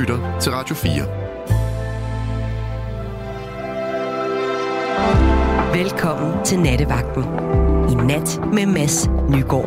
lytter til Radio 4. Velkommen til Nattevagten. I nat med Mads Nygaard.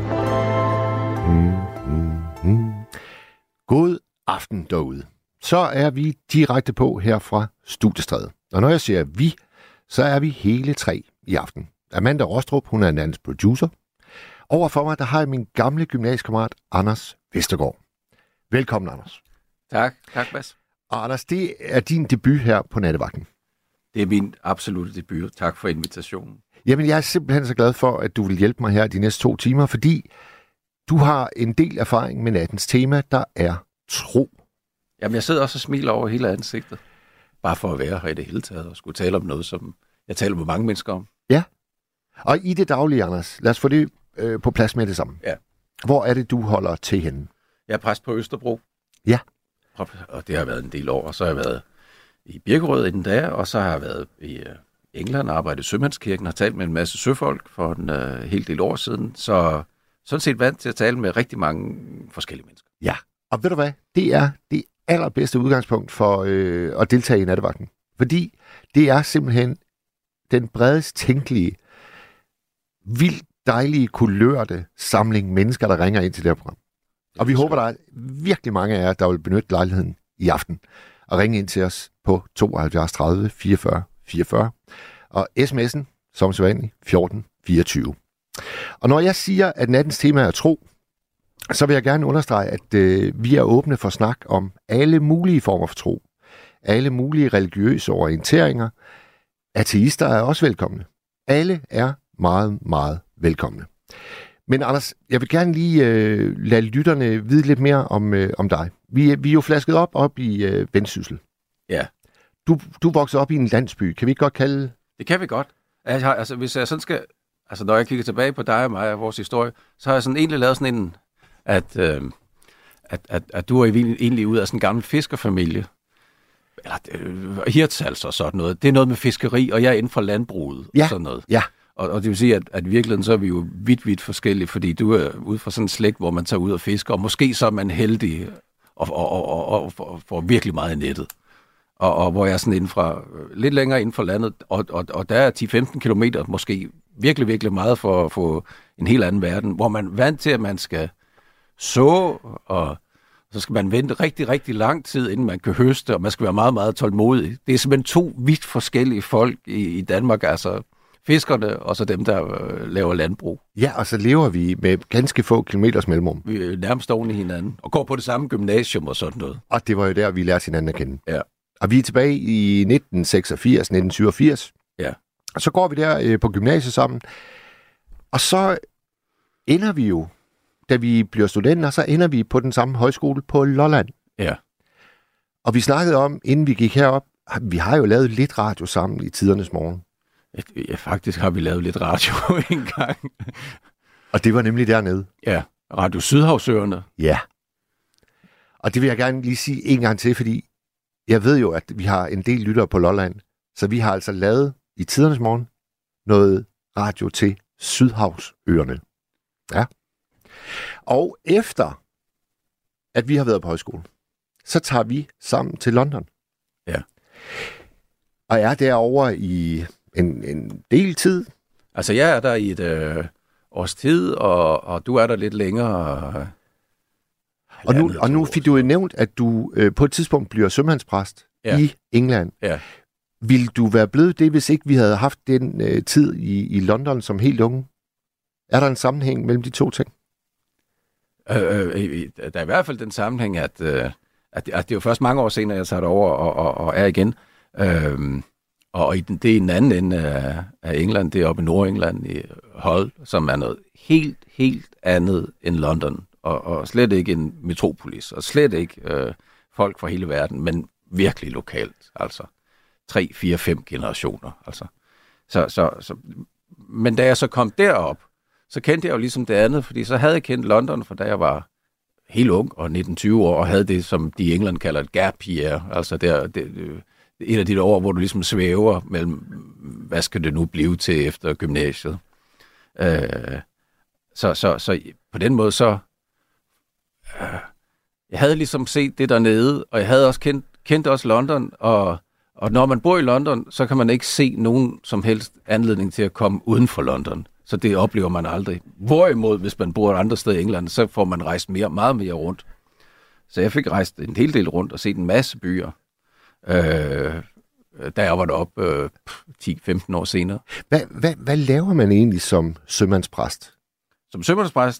God aften derude. Så er vi direkte på her fra Studiestræde. Og når jeg siger vi, så er vi hele tre i aften. Amanda Rostrup, hun er Nans producer. Overfor mig, der har jeg min gamle gymnasiekammerat Anders Vestergaard. Velkommen, Anders. Tak Mads. Og Anders, det er din debut her på Nattevagten. Det er min absolutte debut. Tak for invitationen. Jamen, jeg er simpelthen så glad for, at du vil hjælpe mig her de næste 2 timer, fordi du har en del erfaring med nattens tema, der er tro. Jamen, jeg sidder også og smiler over hele ansigtet. Bare for at være her i det hele taget og skulle tale om noget, som jeg taler med mange mennesker om. Ja. Og i det daglige, Anders, lad os få det på plads med det samme. Ja. Hvor er det, du holder til henne? Jeg er præst på Østerbro. Ja. Og det har været en del år. Og så har jeg været i Birkerød inden da, og så har jeg været i England og arbejdet i Sømandskirken og talt med en masse søfolk for en hel del år siden. Så sådan set vant til at tale med rigtig mange forskellige mennesker. Ja, og ved du hvad? Det er det allerbedste udgangspunkt for at deltage i Nattevagten. Fordi det er simpelthen den bredest tænkelige, vildt dejlige, kulørte samling mennesker, der ringer ind til det her program. Og vi håber, der er virkelig mange af jer, der vil benytte lejligheden i aften og ringe ind til os på 72 30 44 44 og sms'en, som sædvanligt, 14 24. Og når jeg siger, at nattens tema er tro, så vil jeg gerne understrege, at vi er åbne for snak om alle mulige former for tro. Alle mulige religiøse orienteringer. Ateister er også velkomne. Alle er meget, meget velkomne. Men Anders, jeg vil gerne lige lade lytterne vide lidt mere om dig. Vi er jo flasket op i Vendsyssel. Ja. Du voksede op i en landsby. Kan vi ikke godt kalde... Det kan vi godt. Hvis jeg sådan skal... Altså, når jeg kigger tilbage på dig og mig og vores historie, så har jeg sådan egentlig lavet sådan en... At du er egentlig ud af sådan en gammel fiskerfamilie. Eller Hirtshals og sådan noget. Det er noget med fiskeri, og jeg er inden for landbruget og sådan noget. Ja. Og det vil sige, at i virkeligheden så er vi jo vidt forskellige, fordi du er ude fra sådan en slægt, hvor man tager ud og fisker, og måske så er man heldig og får virkelig meget i nettet. Og hvor jeg er sådan lidt længere inden for landet, og der er 10-15 kilometer måske virkelig meget for at få en helt anden verden, hvor man er vant til, at man skal så, og så skal man vente rigtig lang tid, inden man kan høste, og man skal være meget, meget tålmodig. Det er simpelthen 2 vidt forskellige folk i Danmark, altså fiskerne, og så dem, der laver landbrug. Ja, og så lever vi med ganske få kilometers mellemrum. Vi er nærmest oven i hinanden, og går på det samme gymnasium og sådan noget. Og det var jo der, vi lærte hinanden at kende. Ja. Og vi er tilbage i 1986, 1987. Ja. Og så går vi der på gymnasiet sammen. Og så ender vi jo, da vi bliver studenter, så ender vi på den samme højskole på Lolland. Ja. Og vi snakkede om, inden vi gik herop, vi har jo lavet lidt radio sammen i tidernes morgen. Ja, faktisk har vi lavet lidt radio en gang. Og det var nemlig dernede. Ja, Radio Sydhavsøerne. Ja. Og det vil jeg gerne lige sige en gang til, fordi jeg ved jo, at vi har en del lyttere på Lolland, så vi har altså lavet i tidernes morgen noget radio til Sydhavsøerne. Ja. Og efter, at vi har været på højskole, så tager vi sammen til London. Ja. Og er derovre i en del tid. Altså, jeg er der i et års tid, og du er der lidt længere. Og nu fik du jo nævnt, at du på et tidspunkt bliver sømandspræst i England. Ja. Ville du være blevet det, hvis ikke vi havde haft den tid i London som helt unge? Er der en sammenhæng mellem de 2 ting? Der er i hvert fald den sammenhæng, at det er jo først mange år senere, jeg tager det over og er igen. Og det er i den anden ende af England, det er oppe i Nordengland i Hull, som er noget helt andet end London. Og slet ikke en metropolis, og slet ikke folk fra hele verden, men virkelig lokalt, altså 3, 4, 5 generationer. Altså. Så, men da jeg så kom derop, så kendte jeg jo ligesom det andet, fordi så havde jeg kendt London, for da jeg var helt ung og 19-20 år, og havde det, som de i England kalder et gap year, altså et af de år, hvor du ligesom svæver mellem, hvad skal det nu blive til efter gymnasiet. Så på den måde så jeg havde ligesom set det dernede, og jeg havde også kendt også London, og når man bor i London, så kan man ikke se nogen som helst anledning til at komme uden for London. Så det oplever man aldrig. Hvorimod, hvis man bor et andet sted i England, så får man rejst meget mere rundt. Så jeg fik rejst en hel del rundt og set en masse byer, da jeg var deroppe 10-15 år senere. Hvad laver man egentlig som sømandspræst? Som sømandspræst,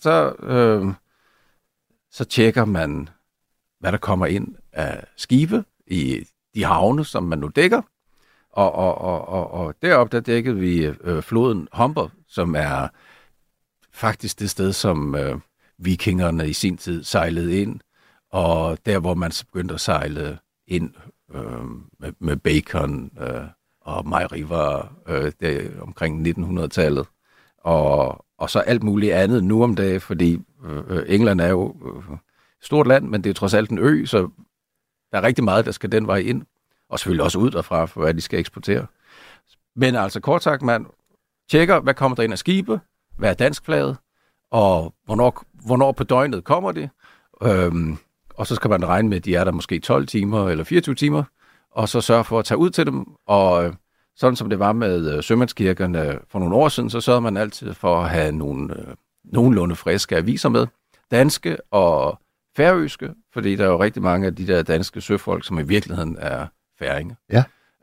så tjekker man, hvad der kommer ind af skibe i de havne, som man nu dækker. Og deroppe, der dækkede vi floden Humber, som er faktisk det sted, som vikingerne i sin tid sejlede ind. Og der, hvor man så begyndte at sejle ind med Bacon og mejerivarer omkring 1900-tallet. Og så alt muligt andet nu om dagen, fordi England er jo et stort land, men det er trods alt en ø, så der er rigtig meget, der skal den vej ind. Og selvfølgelig også ud derfra, for hvad de skal eksportere. Men altså kort sagt, man tjekker, hvad kommer der ind af skibe, hvad er danskflaget, og hvornår på døgnet kommer det. Og så skal man regne med, at de er der måske 12 timer eller 24 timer, og så sørge for at tage ud til dem. Og sådan som det var med sømandskirkerne for nogle år siden, så sørgede man altid for at have nogle nogenlunde friske aviser med. Danske og færøske, fordi der er jo rigtig mange af de der danske søfolk, som i virkeligheden er færinger. Ja.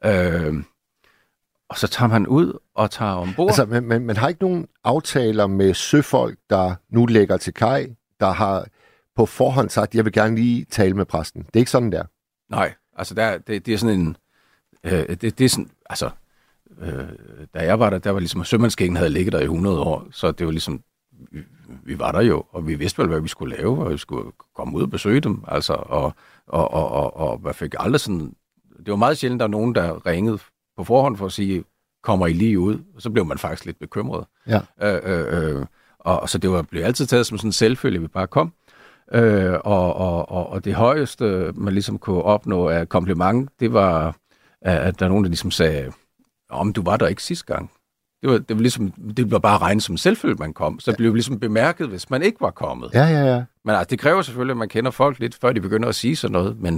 Og så tager man ud og tager ombord. Altså, man har ikke nogen aftaler med søfolk, der nu lægger til kaj, der har på forhånd sagt, jeg vil gerne lige tale med præsten. Det er ikke sådan der. Nej, altså det er sådan en... det er sådan, altså... da jeg var der var ligesom, at sømandskirken havde ligget der i 100 år, så det var ligesom... Vi var der jo, og vi vidste vel, hvad vi skulle lave, og vi skulle komme ud og besøge dem, altså, og man fik aldrig sådan... Det var meget sjældent, der var nogen, der ringede på forhånd for at sige, kommer I lige ud? Og så blev man faktisk lidt bekymret. Ja. Og så det blev altid taget som sådan en selvfølge, at vi bare kom. Og det højeste, man ligesom kunne opnå af kompliment, det var, at der er nogen, der ligesom sagde, du var der ikke sidste gang. Det var bare regnet som selvfølgelig, man kom. Så det blev ligesom bemærket, hvis man ikke var kommet. Ja. Men altså, det kræver selvfølgelig, at man kender folk lidt, før de begynder at sige sådan noget. Men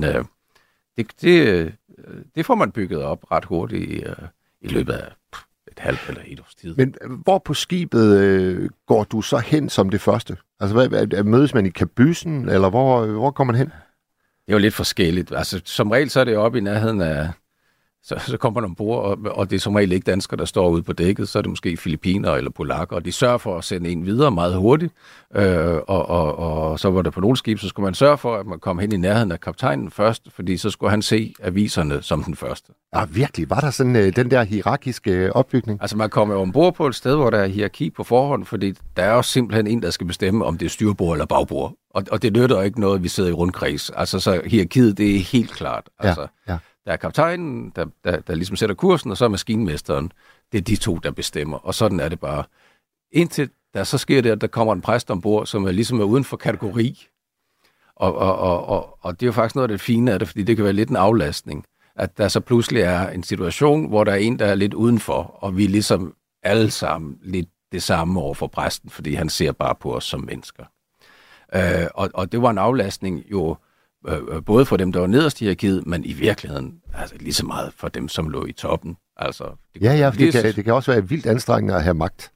det får man bygget op ret hurtigt i løbet af et halvt eller et års tid. Men hvor på skibet går du så hen som det første? Altså, mødes man i kabysen, eller hvor går man hen? Det er jo lidt forskelligt. Altså, som regel så er det oppe i nærheden af... Så kommer man ombord, og det er som regel ikke danskere, der står ude på dækket. Så er det måske filippiner eller polakker, og de sørger for at sende en videre meget hurtigt. Og så var der på nogle skib, så skulle man sørge for, at man kom hen i nærheden af kaptajnen først, fordi så skulle han se aviserne som den første. Ja, virkelig. Var der sådan den der hierarkiske opbygning? Altså, man kommer ombord på et sted, hvor der er hierarki på forhånd, fordi der er også simpelthen en, der skal bestemme, om det er styrbord eller bagbord. Og det nytter ikke noget, vi sidder i rundkreds. Altså, så hierarkiet, det er helt klart. Altså, ja. Der er kaptajnen, der ligesom sætter kursen, og så er maskinmesteren. Det er de to, der bestemmer. Og sådan er det bare. Indtil der så sker det, at der kommer en præst ombord, som er ligesom uden for kategori. Og det er jo faktisk noget af det fine af det, fordi det kan være lidt en aflastning. At der så pludselig er en situation, hvor der er en, der er lidt udenfor, og vi er ligesom alle sammen lidt det samme over for præsten, fordi han ser bare på os som mennesker. Og det var en aflastning jo, både for dem, der var nederst i hierarkiet, men i virkeligheden altså lige så meget for dem, som lå i toppen. Altså, det kan også være vildt anstrengende at have magt.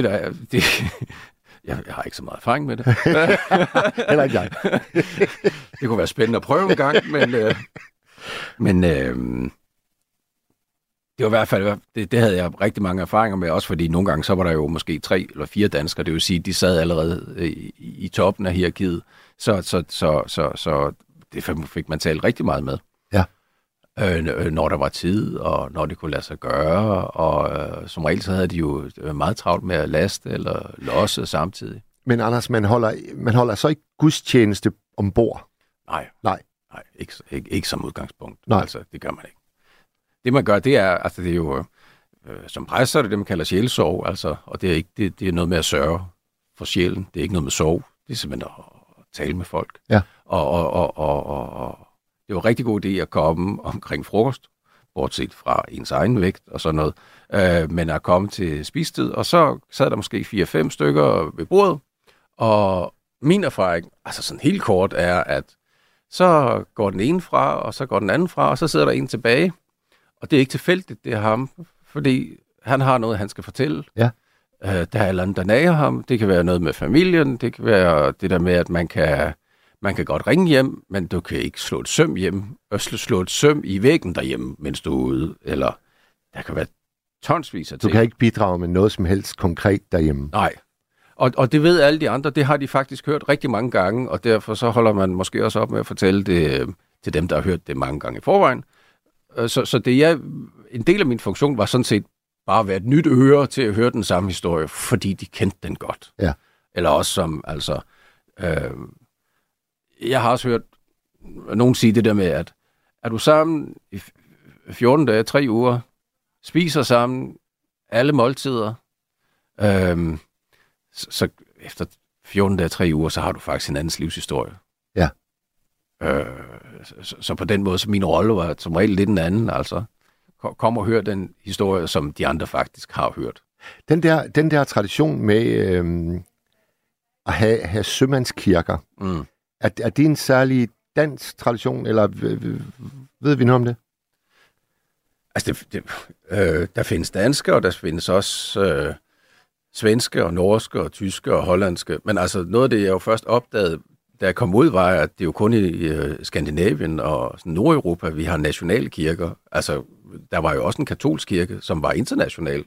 Jeg har ikke så meget erfaring med det. Heller ikke jeg. Det kunne være spændende at prøve en gang, men det var i hvert fald, det havde jeg rigtig mange erfaringer med, også fordi nogle gange så var der jo måske 3 eller 4 danskere, det vil sige, de sad allerede i toppen af hierarkiet, så det fik man talt rigtig meget med. Ja. Når der var tid, og når det kunne lade sig gøre, og som regel så havde de jo meget travlt med at laste eller losse samtidig. Men Anders, man holder så ikke gudstjeneste ombord? Nej, ikke som udgangspunkt. Nej. Altså, det gør man ikke. Det man gør, det er, altså det er jo, som præst, så er det man kalder sjælsorg, altså, og det er ikke, det er noget med at sørge for sjælen. Det er ikke noget med sorg. Det er simpelthen at tale med folk. Ja. Og det var en rigtig god idé at komme omkring frokost, bortset fra ens egen vægt og sådan noget, men at komme til spistid, og så sad der måske 4-5 stykker ved bordet, og min erfaring, altså sådan helt kort, er, at Så går den ene fra, og så går den anden fra, og så sidder der en tilbage. Og det er ikke tilfældigt, det er ham, fordi han har noget, han skal fortælle. Ja. Der er et eller andet, der nager ham. Det kan være noget med familien. Det kan være det der med, at man kan godt ringe hjem, men du kan ikke slå et søm hjem. Slå et søm i væggen derhjemme, mens du er ude. Eller der kan være tonsvis af ting. Du kan ikke bidrage med noget som helst konkret derhjemme. Nej. Og det ved alle de andre. Det har de faktisk hørt rigtig mange gange, og derfor så holder man måske også op med at fortælle det til dem, der har hørt det mange gange i forvejen. Så en del af min funktion var sådan set bare at være et nyt øre til at høre den samme historie, fordi de kendte den godt. Ja. Eller også som, jeg har også hørt nogen sige det der med, at er du sammen i 14 dage, 3 uger, spiser sammen alle måltider, så efter 14 dage, 3 uger, så har du faktisk en andens livshistorie. Ja. Så på den måde, så min rolle var som regel lidt en anden, altså. Kom og hør den historie, som de andre faktisk har hørt. Den der tradition med at have sømandskirker, er det en særlig dansk tradition, eller ved vi noget om det? Altså, der findes danske, og der findes også svenske, og norske, og tyske, og hollandske. Men altså, noget af det, jeg jo først opdagede, da jeg kom ud, var, at det er jo kun i Skandinavien og Nordeuropa, vi har nationale kirker. Altså, der var jo også en katolsk kirke, som var international,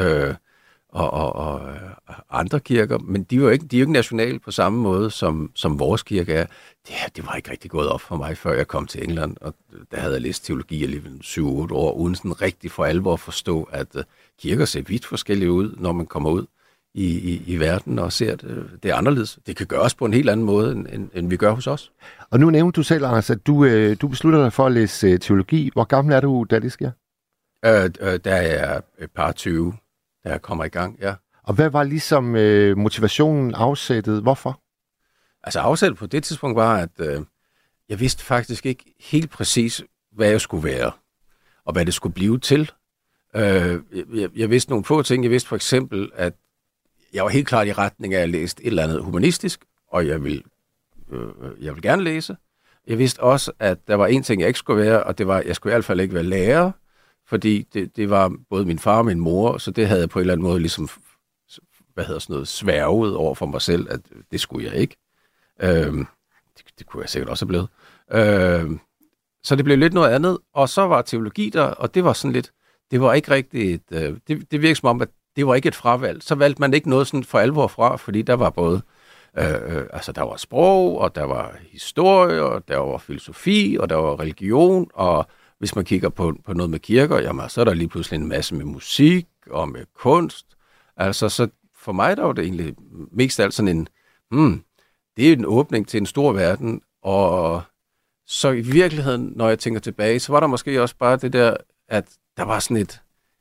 og andre kirker, men de er jo ikke nationale på samme måde, som vores kirke er. Det var ikke rigtig gået op for mig, før jeg kom til England, og der havde jeg læst teologi alligevel 7-8 år, uden sådan rigtig for alvor at forstå, at kirker ser vidt forskellige ud, når man kommer ud i verden og ser, det er anderledes. Det kan gøres på en helt anden måde, end vi gør hos os. Og nu nævnte du selv, Anders, at du beslutter dig for at læse teologi. Hvor gammel er du, da det sker? Der er et par 20, da jeg kommer i gang, ja. Og hvad var ligesom motivationen, afsættet? Hvorfor? Altså afsættet på det tidspunkt var, at jeg vidste faktisk ikke helt præcis, hvad jeg skulle være, og hvad det skulle blive til. Jeg vidste nogle få ting. Jeg vidste for eksempel, at jeg var helt klart i retning af at læse et eller andet humanistisk, og jeg vil gerne læse. Jeg vidste også, at der var en ting, jeg ikke skulle være, og det var, at jeg skulle i hvert fald ikke være lærer, fordi det var både min far og min mor, så det havde jeg på en eller anden måde ligesom, sværget over for mig selv, at det skulle jeg ikke. Det kunne jeg sikkert også have blevet. Så det blev lidt noget andet, og så var teologi der, og det var sådan lidt, det var ikke rigtigt, det virkede som om, at det var ikke et fravalg. Så valgte man ikke noget sådan for alvor fra, fordi der var både, der var sprog, og der var historie, og der var filosofi, og der var religion, og hvis man kigger på noget med kirker, jamen, så er der lige pludselig en masse med musik og med kunst. Altså, så for mig der var det egentlig mest alt sådan det er en åbning til en stor verden, og så i virkeligheden, når jeg tænker tilbage, så var der måske også bare det der, at der var sådan et,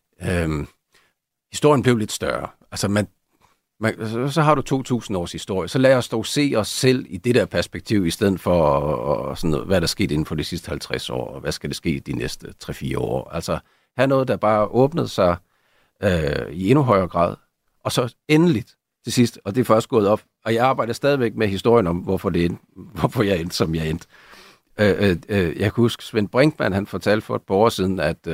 historien blev lidt større. Altså, så har du 2000 års historie, så lad os dog se os selv i det der perspektiv, i stedet for sådan noget, hvad der skete inden for de sidste 50 år, og hvad skal det ske de næste 3-4 år. Altså, have noget, der bare åbnede sig i endnu højere grad, og så endeligt til sidst, og det er først gået op, og jeg arbejder stadigvæk med historien om, hvorfor jeg endte, som jeg endte. Jeg kan huske, Svend Brinkmann, han fortalte for et par år siden, at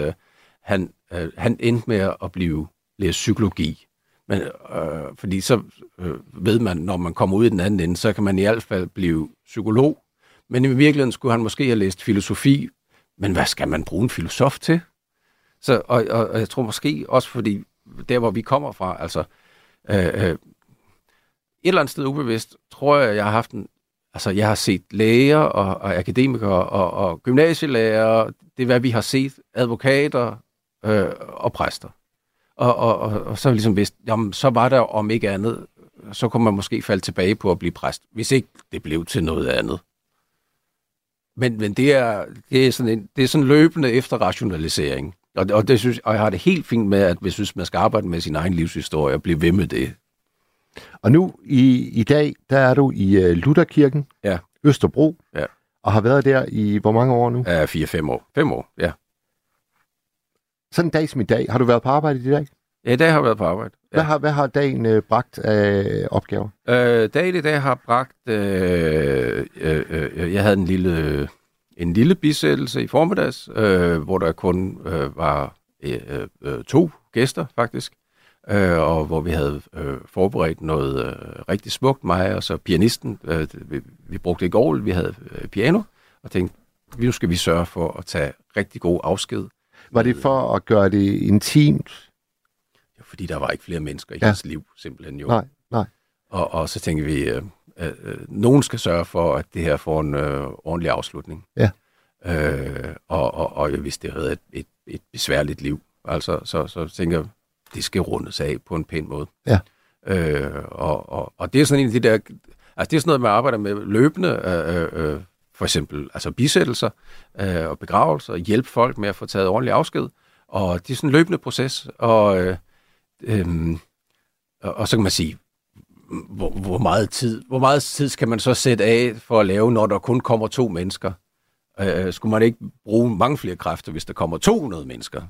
han endte med at læse psykologi. Men, fordi så ved man, når man kommer ud i den anden ende, så kan man i hvert fald blive psykolog. Men i virkeligheden skulle han måske have læst filosofi. Men hvad skal man bruge en filosof til? Så, og jeg tror måske også, fordi der, hvor vi kommer fra, altså et eller andet sted ubevidst, tror jeg har haft jeg har set læger og akademikere og gymnasielærer, det er, hvad vi har set, advokater og præster. Og så ligesom vidst, jamen, så var der om ikke andet, så kunne man måske falde tilbage på at blive præst, hvis ikke det blev til noget andet. Men det er sådan en løbende efterrationalisering. Og det synes, og jeg har det helt fint med, at hvis man skal arbejde med sin egen livshistorie og blive ved med det. Og nu i dag, der er du i Lutherkirken, ja. Østerbro, ja. Og har været der i hvor mange år nu? 4-5 år. 5 år, ja. Sådan en dag som i dag. Har du været på arbejde i dag? Ja, i dag har jeg været på arbejde. Ja. Hvad har dagen bragt af opgaver? Dagen i dag har bragt... jeg havde en lille bisættelse i formiddags, hvor der kun var 2 gæster, faktisk. Og hvor vi havde forberedt noget rigtig smukt, mig og så pianisten. Vi brugte ikke orgel, vi havde piano, og tænkte, nu skal vi sørge for at tage rigtig god afsked. Var det for at gøre det intimt? Fordi der var ikke flere mennesker i hans liv, simpelthen jo. Nej. Og så tænkte vi, nogen skal sørge for, at det her får en ordentlig afslutning. Ja. Og jeg vidste, det havde et besværligt liv. Altså, så tænker jeg, det skal rundes af på en pæn måde. Ja. Og det er sådan en af de der... Altså, det er sådan noget, man arbejder med løbende, for eksempel altså bisættelser og begravelser, og hjælpe folk med at få taget ordentlig afsked. Og det er sådan en løbende proces, og så kan man sige, hvor meget tid skal man så sætte af for at lave, når der kun kommer 2 mennesker? Skulle man ikke bruge mange flere kræfter, hvis der kommer 200 mennesker?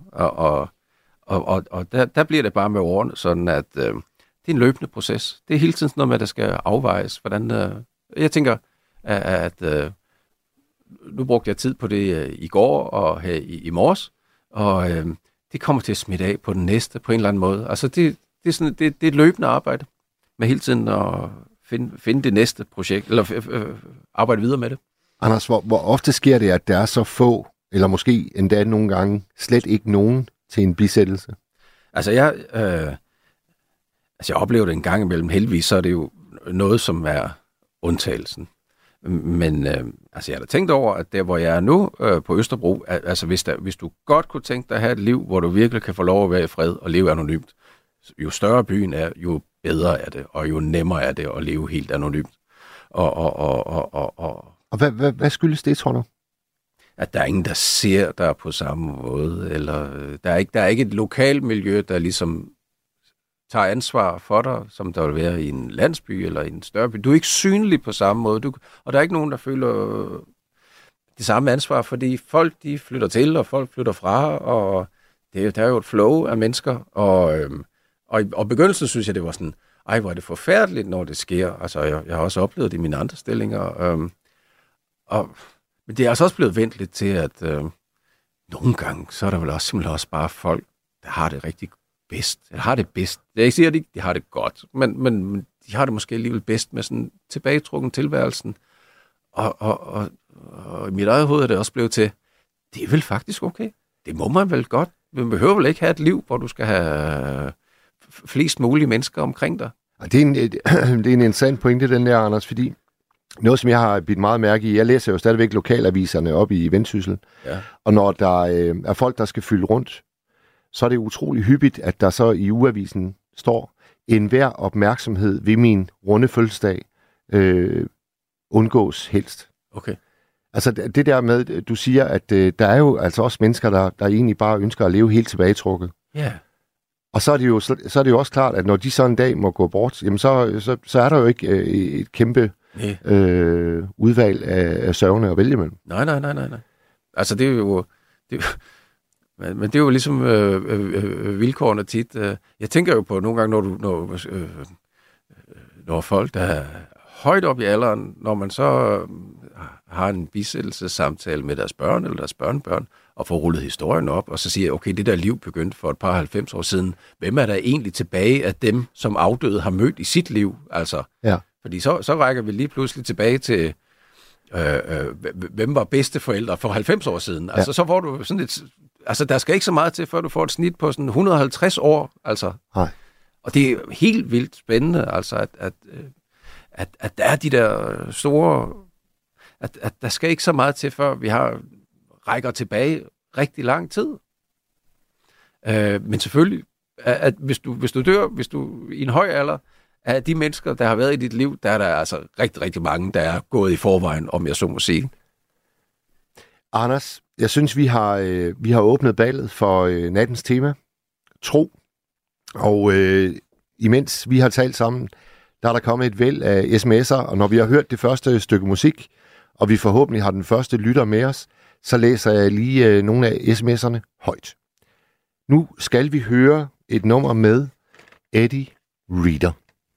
Og der bliver det bare med årene, sådan at det er en løbende proces. Det er hele tiden sådan noget med, at der skal afvejes. Hvordan, jeg tænker, at nu brugte jeg tid på det i går og her i morges, og det kommer til at smitte af på den næste på en eller anden måde. Altså det er et løbende arbejde med hele tiden at finde det næste projekt, eller arbejde videre med det. Anders, hvor ofte sker det, at der er så få, eller måske endda nogle gange slet ikke nogen til en bisættelse? Altså jeg oplever det en gang imellem. Heldigvis så er det jo noget, som er undtagelsen. Men altså jeg har da tænkt over, at der hvor jeg er nu på Østerbro, altså hvis du godt kunne tænke dig at have et liv, hvor du virkelig kan få lov at være i fred og leve anonymt, jo større byen er, jo bedre er det, og jo nemmere er det at leve helt anonymt. Og hvad skyldes det, tror du? At der er ingen, der ser dig på samme måde, eller der er ikke et lokalt miljø, der ligesom tager ansvar for dig, som der vil være i en landsby eller i en større by. Du er ikke synlig på samme måde, og der er ikke nogen, der føler det samme ansvar, fordi folk de flytter til, og folk flytter fra, og der er jo et flow af mennesker, og i begyndelsen synes jeg, det var sådan, hvor er det forfærdeligt, når det sker. Altså, jeg har også oplevet det i mine andre stillinger, men det er altså også blevet vendt lidt til, at nogle gange, så er der vel også simpelthen også bare folk, der har det rigtig bedst. Eller har det bedst. Jeg siger ikke, de har det godt, men de har det måske alligevel bedst med sådan tilbagetrukken tilværelsen. Og i mit eget hoved er det også blevet til, det er vel faktisk okay. Det må man vel godt. Man behøver vel ikke have et liv, hvor du skal have flest mulige mennesker omkring dig. Og det er en interessant pointe, den der, Anders, fordi noget, som jeg har bidt meget mærke i, jeg læser jo stadigvæk lokalaviserne op i Vendsyssel, og når der er folk, der skal fylde rundt, så er det utrolig hyppigt, at der så i ugeavisen står, enhver opmærksomhed ved min runde fødselsdag undgås helst. Okay. Altså det der med, du siger, at der er jo altså også mennesker, der egentlig bare ønsker at leve helt tilbagetrukket. Ja. Yeah. Og så er det jo også klart, at når de så en dag må gå bort, jamen så er der jo ikke et kæmpe udvalg af sørgende at vælge mellem. Nej. Altså det er jo... Men det er jo ligesom vilkårene tit. Jeg tænker jo på nogle gange, når folk, der er højt op i alderen, når man så har en bisættelsessamtale med deres børn eller deres børnebørn, og får rullet historien op, og så siger okay, det der liv begyndte for et par 90 år siden. Hvem er der egentlig tilbage af dem, som afdøde har mødt i sit liv? Altså, fordi så rækker vi lige pludselig tilbage til, hvem var bedsteforældre for 90 år siden? Altså, så får du sådan et... Altså, der skal ikke så meget til, før du får et snit på sådan 150 år, altså. Nej. Og det er helt vildt spændende, altså, at der er de der store... At der skal ikke så meget til, før vi rækker tilbage rigtig lang tid. Men selvfølgelig, at hvis du dør, hvis du i en høj alder, af de mennesker, der har været i dit liv, der er der altså rigtig, rigtig mange, der er gået i forvejen, om jeg så må sige. Anders, jeg synes, vi har åbnet ballet for nattens tema, tro. Og imens vi har talt sammen, der er der kommet et væld af sms'er, og når vi har hørt det første stykke musik, og vi forhåbentlig har den første lytter med os, så læser jeg lige nogle af sms'erne højt. Nu skal vi høre et nummer med Eddie Reader.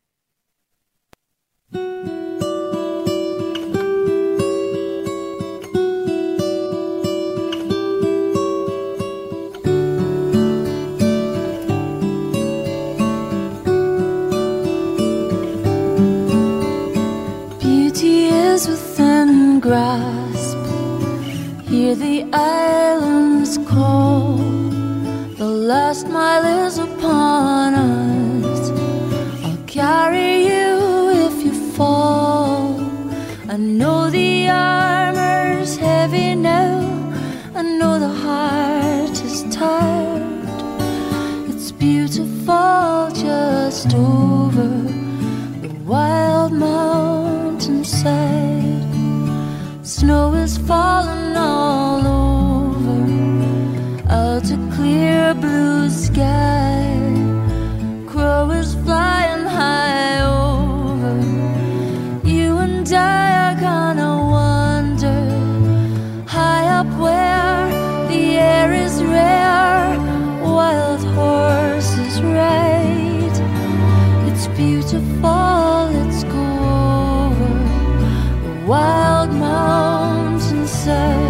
Within grasp, hear the islands call. The last mile is upon us. I'll carry you if you fall. I know the armor's heavy now. I know the heart is tired. It's beautiful just over the wild mountainside. Snow is falling all over, out a clear blue sky. Crow is flying high over. You and I are gonna wander high up where the air is rare. Wild horses ride. It's beautiful, let's go over the wild mountainside.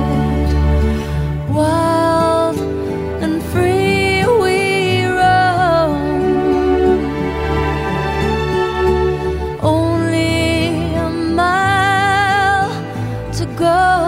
Wild and free we roam. Only a mile to go.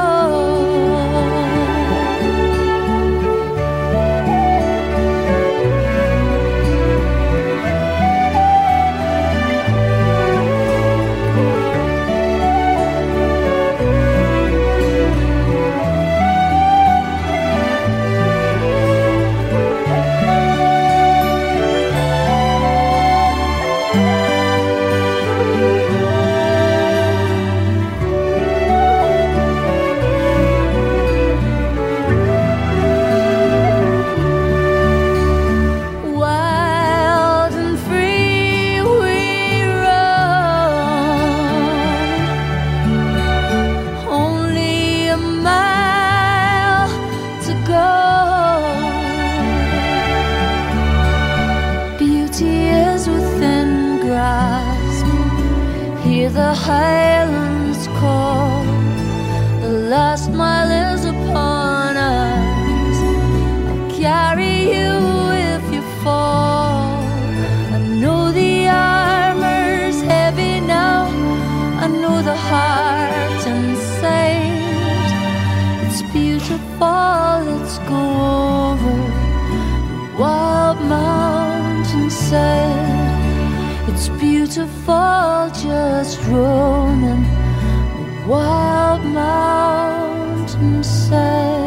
The highlands call. The last mile is upon us. I'll carry you if you fall. I know the armor's heavy now. I know the heart inside. It's beautiful, let's go over the wild mountainside. It's beautiful, just roaming the wild mountainside.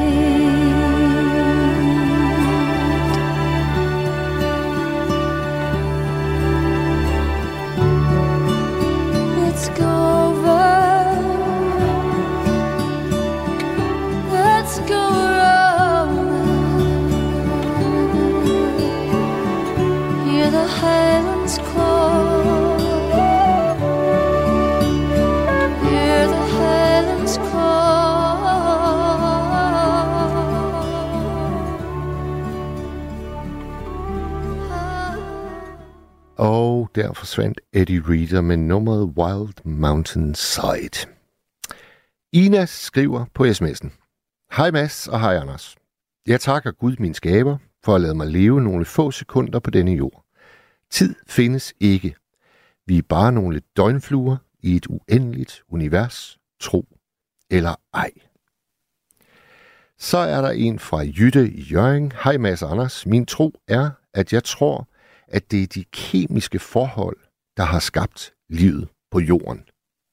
Let's go over, let's go roaming. Hear the highlands call. Hear the highlands call. Og der forsvandt Eddie Reader med nummeret Wild Mountainside. Ina skriver på sms'en. Hej Mads og hej Anders. Jeg takker Gud min skaber for at lade mig leve nogle få sekunder på denne jord. Tid findes ikke. Vi er bare nogle døgnfluer i et uendeligt univers, tro eller ej. Så er der en fra Jytte i Hjørring. Hej Mads og Anders. Min tro er, at jeg tror, at det er de kemiske forhold, der har skabt livet på jorden.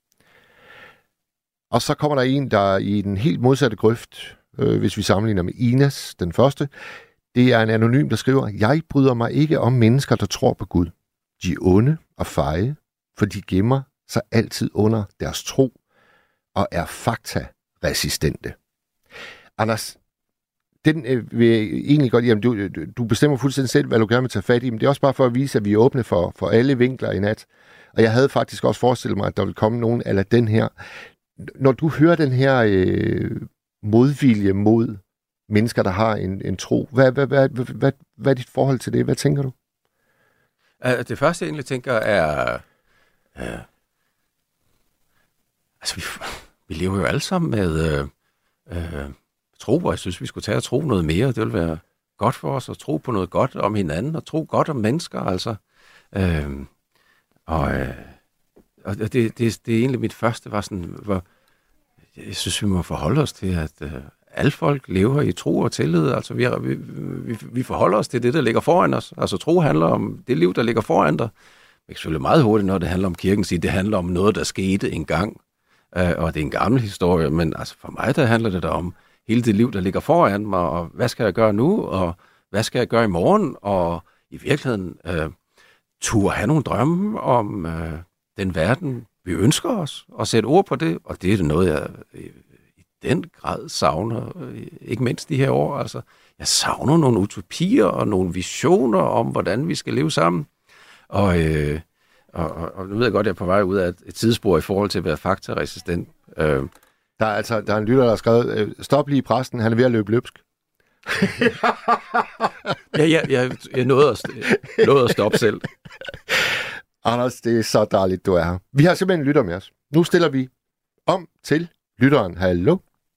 Og så kommer der en, der er i den helt modsatte grøft, hvis vi sammenligner med Inas, den første. Det er en anonym, der skriver, jeg bryder mig ikke om mennesker, der tror på Gud. De er onde og feje, for de gemmer sig altid under deres tro og er faktaresistente. Anders, den vil jeg egentlig godt... Jamen, du bestemmer fuldstændig selv, hvad du gerne vil tage fat i, men det er også bare for at vise, at vi er åbne for alle vinkler i nat. Og jeg havde faktisk også forestillet mig, at der ville komme nogen eller den her. Når du hører den her modvilje mod mennesker, der har en tro. Hvad er dit forhold til det? Hvad tænker du? Det første, jeg egentlig tænker, er... vi lever jo alle sammen med tro, og jeg synes, vi skulle tage og tro noget mere. Det vil være godt for os at tro på noget godt om hinanden, og tro godt om mennesker, altså. Og det er egentlig mit første, var sådan, hvor jeg synes, vi må forholde os til, at alle folk lever i tro og tillid. Altså, vi forholder os til det, der ligger foran os. Altså, tro handler om det liv, der ligger foran dig. Det er selvfølgelig meget hurtigt, når det handler om kirken, sige, det handler om noget, der skete engang. Og det er en gammel historie, men altså, for mig, der handler det da om hele det liv, der ligger foran mig, og hvad skal jeg gøre nu, og hvad skal jeg gøre i morgen, og i virkeligheden turde have nogle drømme om den verden, vi ønsker os, og sætte ord på det, og det er noget, jeg i den grad savner, ikke mindst de her år. Altså, jeg savner nogle utopier og nogle visioner om, hvordan vi skal leve sammen. Og nu ved jeg godt, at jeg er på vej ud af et tidsspor i forhold til at være faktaresistent. Der er en lytter, der har skrevet, stop lige præsten, han er ved at løbe løbsk. Jeg nåede at stoppe selv. Anders, det er så dejligt, du er her. Vi har simpelthen en lytter med os. Nu stiller vi om til lytteren. Hallo?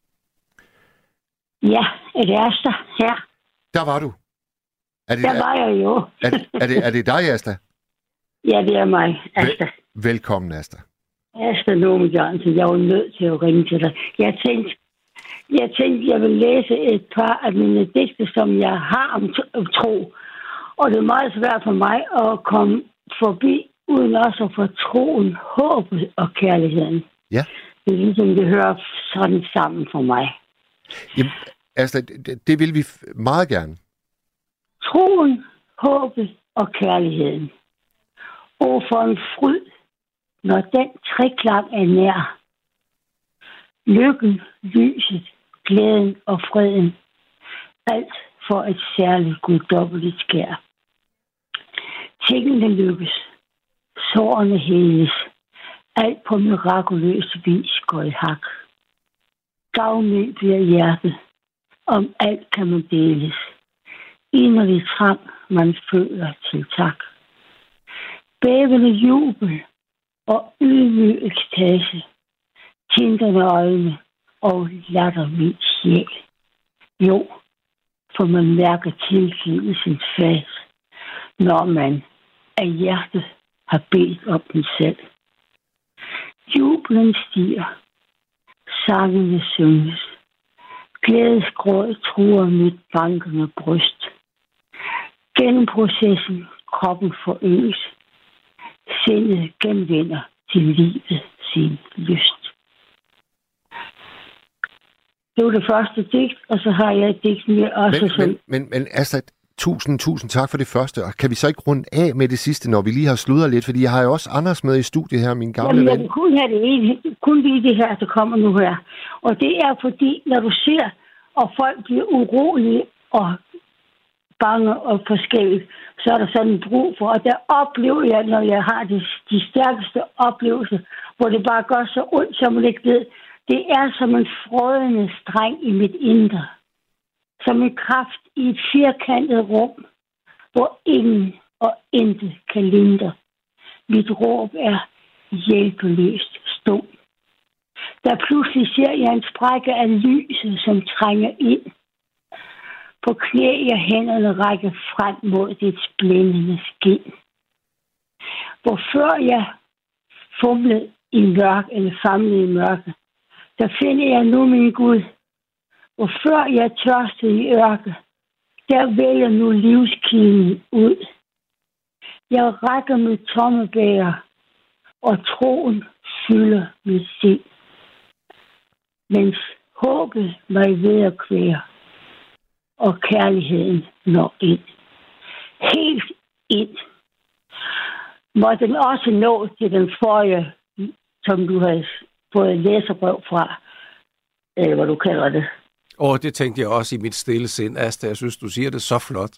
Ja, det er Asta her. Der var du. Var jeg jo. Er det dig, Asta? Ja, det er mig, Asta. Velkommen, Asta. Asta Nome Jørgensen, jeg var nødt til at ringe til dig. Jeg tænkte, jeg vil læse et par af mine digte, som jeg har om tro. Og det er meget svært for mig at komme forbi, uden også at få troen, håbet og kærligheden. Ja. Det er ligesom, det hører sådan sammen for mig. Jamen, Asta, det vil vi meget gerne. Troen, håbet og kærligheden. Og for en fryd, når den treklang er nær. Lykken, lyset, glæden og freden. Alt for et særligt guddommeligt skær. Tingene lykkes. Sårene heles. Alt på mirakuløs vis går i hak. Gavmild bliver hjertet. Om alt kan man deles. Inderlig trang, man føler til tak. Bævende jubel og ydmyg ekstase. Tinterne øjne og latter min sjæl. Jo, for man mærker tilgivelsens fas, når man af hjertet har bedt om den selv. Jublen stiger. Sangene synges. Glædesgråd truer mit bankende bryst. Gennem processen kroppen forøges. Sindet genvinder til livet sin lyst. Det var det første digt, og så har jeg et digt mere også. Men Astrid, tusind tak for det første. Og kan vi så ikke runde af med det sidste, når vi lige har sludret lidt? Fordi jeg har jo også Anders med i studiet her, min gamle ven. Jeg vil kun have det ene, kun lige det her, der kommer nu her. Og det er fordi, når du ser, og folk bliver urolige og bange og forskellige, så er der sådan en brug for. Og der oplever jeg, når jeg har de stærkeste oplevelser, hvor det bare gør så ondt, som man ikke ved. Det er som en frådende streng i mit indre. Som en kraft i et firkantet rum, hvor ingen og intet kan lindre. Mit råb er hjælpeløst stum. Der pludselig ser jeg en sprække af lyset, som trænger ind. På knæ jeg hænderne rækker frem mod det blændende skin. Hvor før jeg fumlede i mørk eller famlede i mørke, der finder jeg nu min Gud. Og før jeg tørstede i ørke, der vælger nu livskilden ud. Jeg rækker mit tomme bæger, og troen fylder mit sind. Mens håbet mig ved at kvære, og kærligheden når ind. Helt ind. Må den også nå til den forrige, som du har fået læserbrev fra, eller hvad du kalder det. Det tænkte jeg også i mit stille sind, Asta. Jeg synes, du siger det så flot.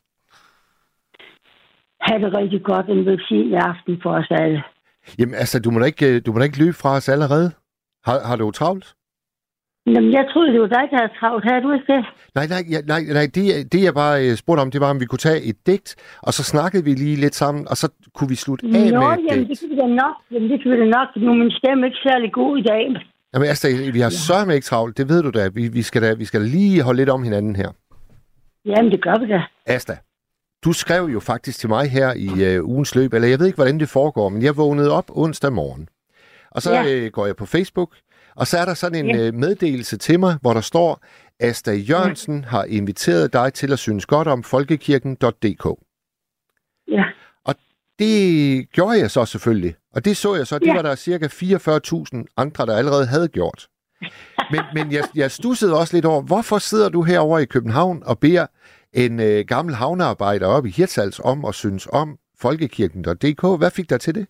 Ha' det rigtig godt en velsignet aften for os alle. Jamen, altså, du må da ikke løbe fra os allerede. Har du travlt? Jamen, jeg troede, det var dig, der havde travlt. Havde du ikke det? Nej, det jeg bare spurgte om, det var, om vi kunne tage et digt, og så snakkede vi lige lidt sammen, og så kunne vi slutte af med et digt. Det kan vi da nok. Jamen, det kan vi da nok. Nu er min stemme ikke særlig god i dag. Jamen, Asta, vi har sørme ikke travlt. Det ved du da. Vi skal lige holde lidt om hinanden her. Jamen, det gør vi da. Asta, du skrev jo faktisk til mig her i ugens løb, eller jeg ved ikke, hvordan det foregår, men jeg vågnede op onsdag morgen. Og så går jeg på Facebook, og så er der sådan en meddelelse til mig, hvor der står, Asta Jørgensen har inviteret dig til at synes godt om folkekirken.dk. Ja. Og det gjorde jeg så selvfølgelig. Og det så jeg så, det var der cirka 44.000 andre, der allerede havde gjort. Men jeg stussede også lidt over, hvorfor sidder du herovre i København og beder en gammel havnearbejder op i Hirtshals om at synes om folkekirken.dk? Hvad fik dig til det?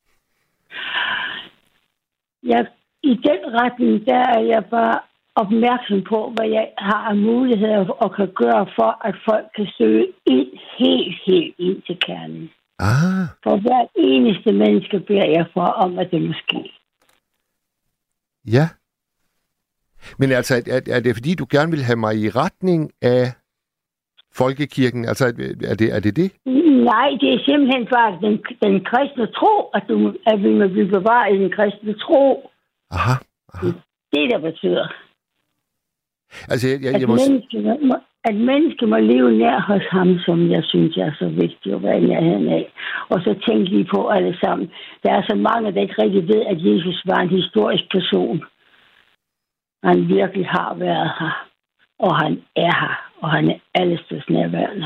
Ja, i den retning, der er jeg bare opmærksom på, hvad jeg har af muligheder og kan gøre for, at folk kan søge ind helt ind til kernen. Ah. For hver eneste menneske beder jeg for om, at det må ske. Ja. Men altså, er det fordi, du gerne vil have mig i retning af folkekirken? Altså, er det det? Nej, det er simpelthen bare den kristne tro, at vi må blive bevaret i den kristne tro. Aha. Det, der betyder. Altså, at mennesket må leve nær hos ham, som jeg synes er så vigtigt at være i nærheden af. Og så tænk lige på alle sammen. Der er så mange, der ikke rigtig ved, at Jesus var en historisk person. Han virkelig har været her. Og han er her. Og han er allesteds nærværende.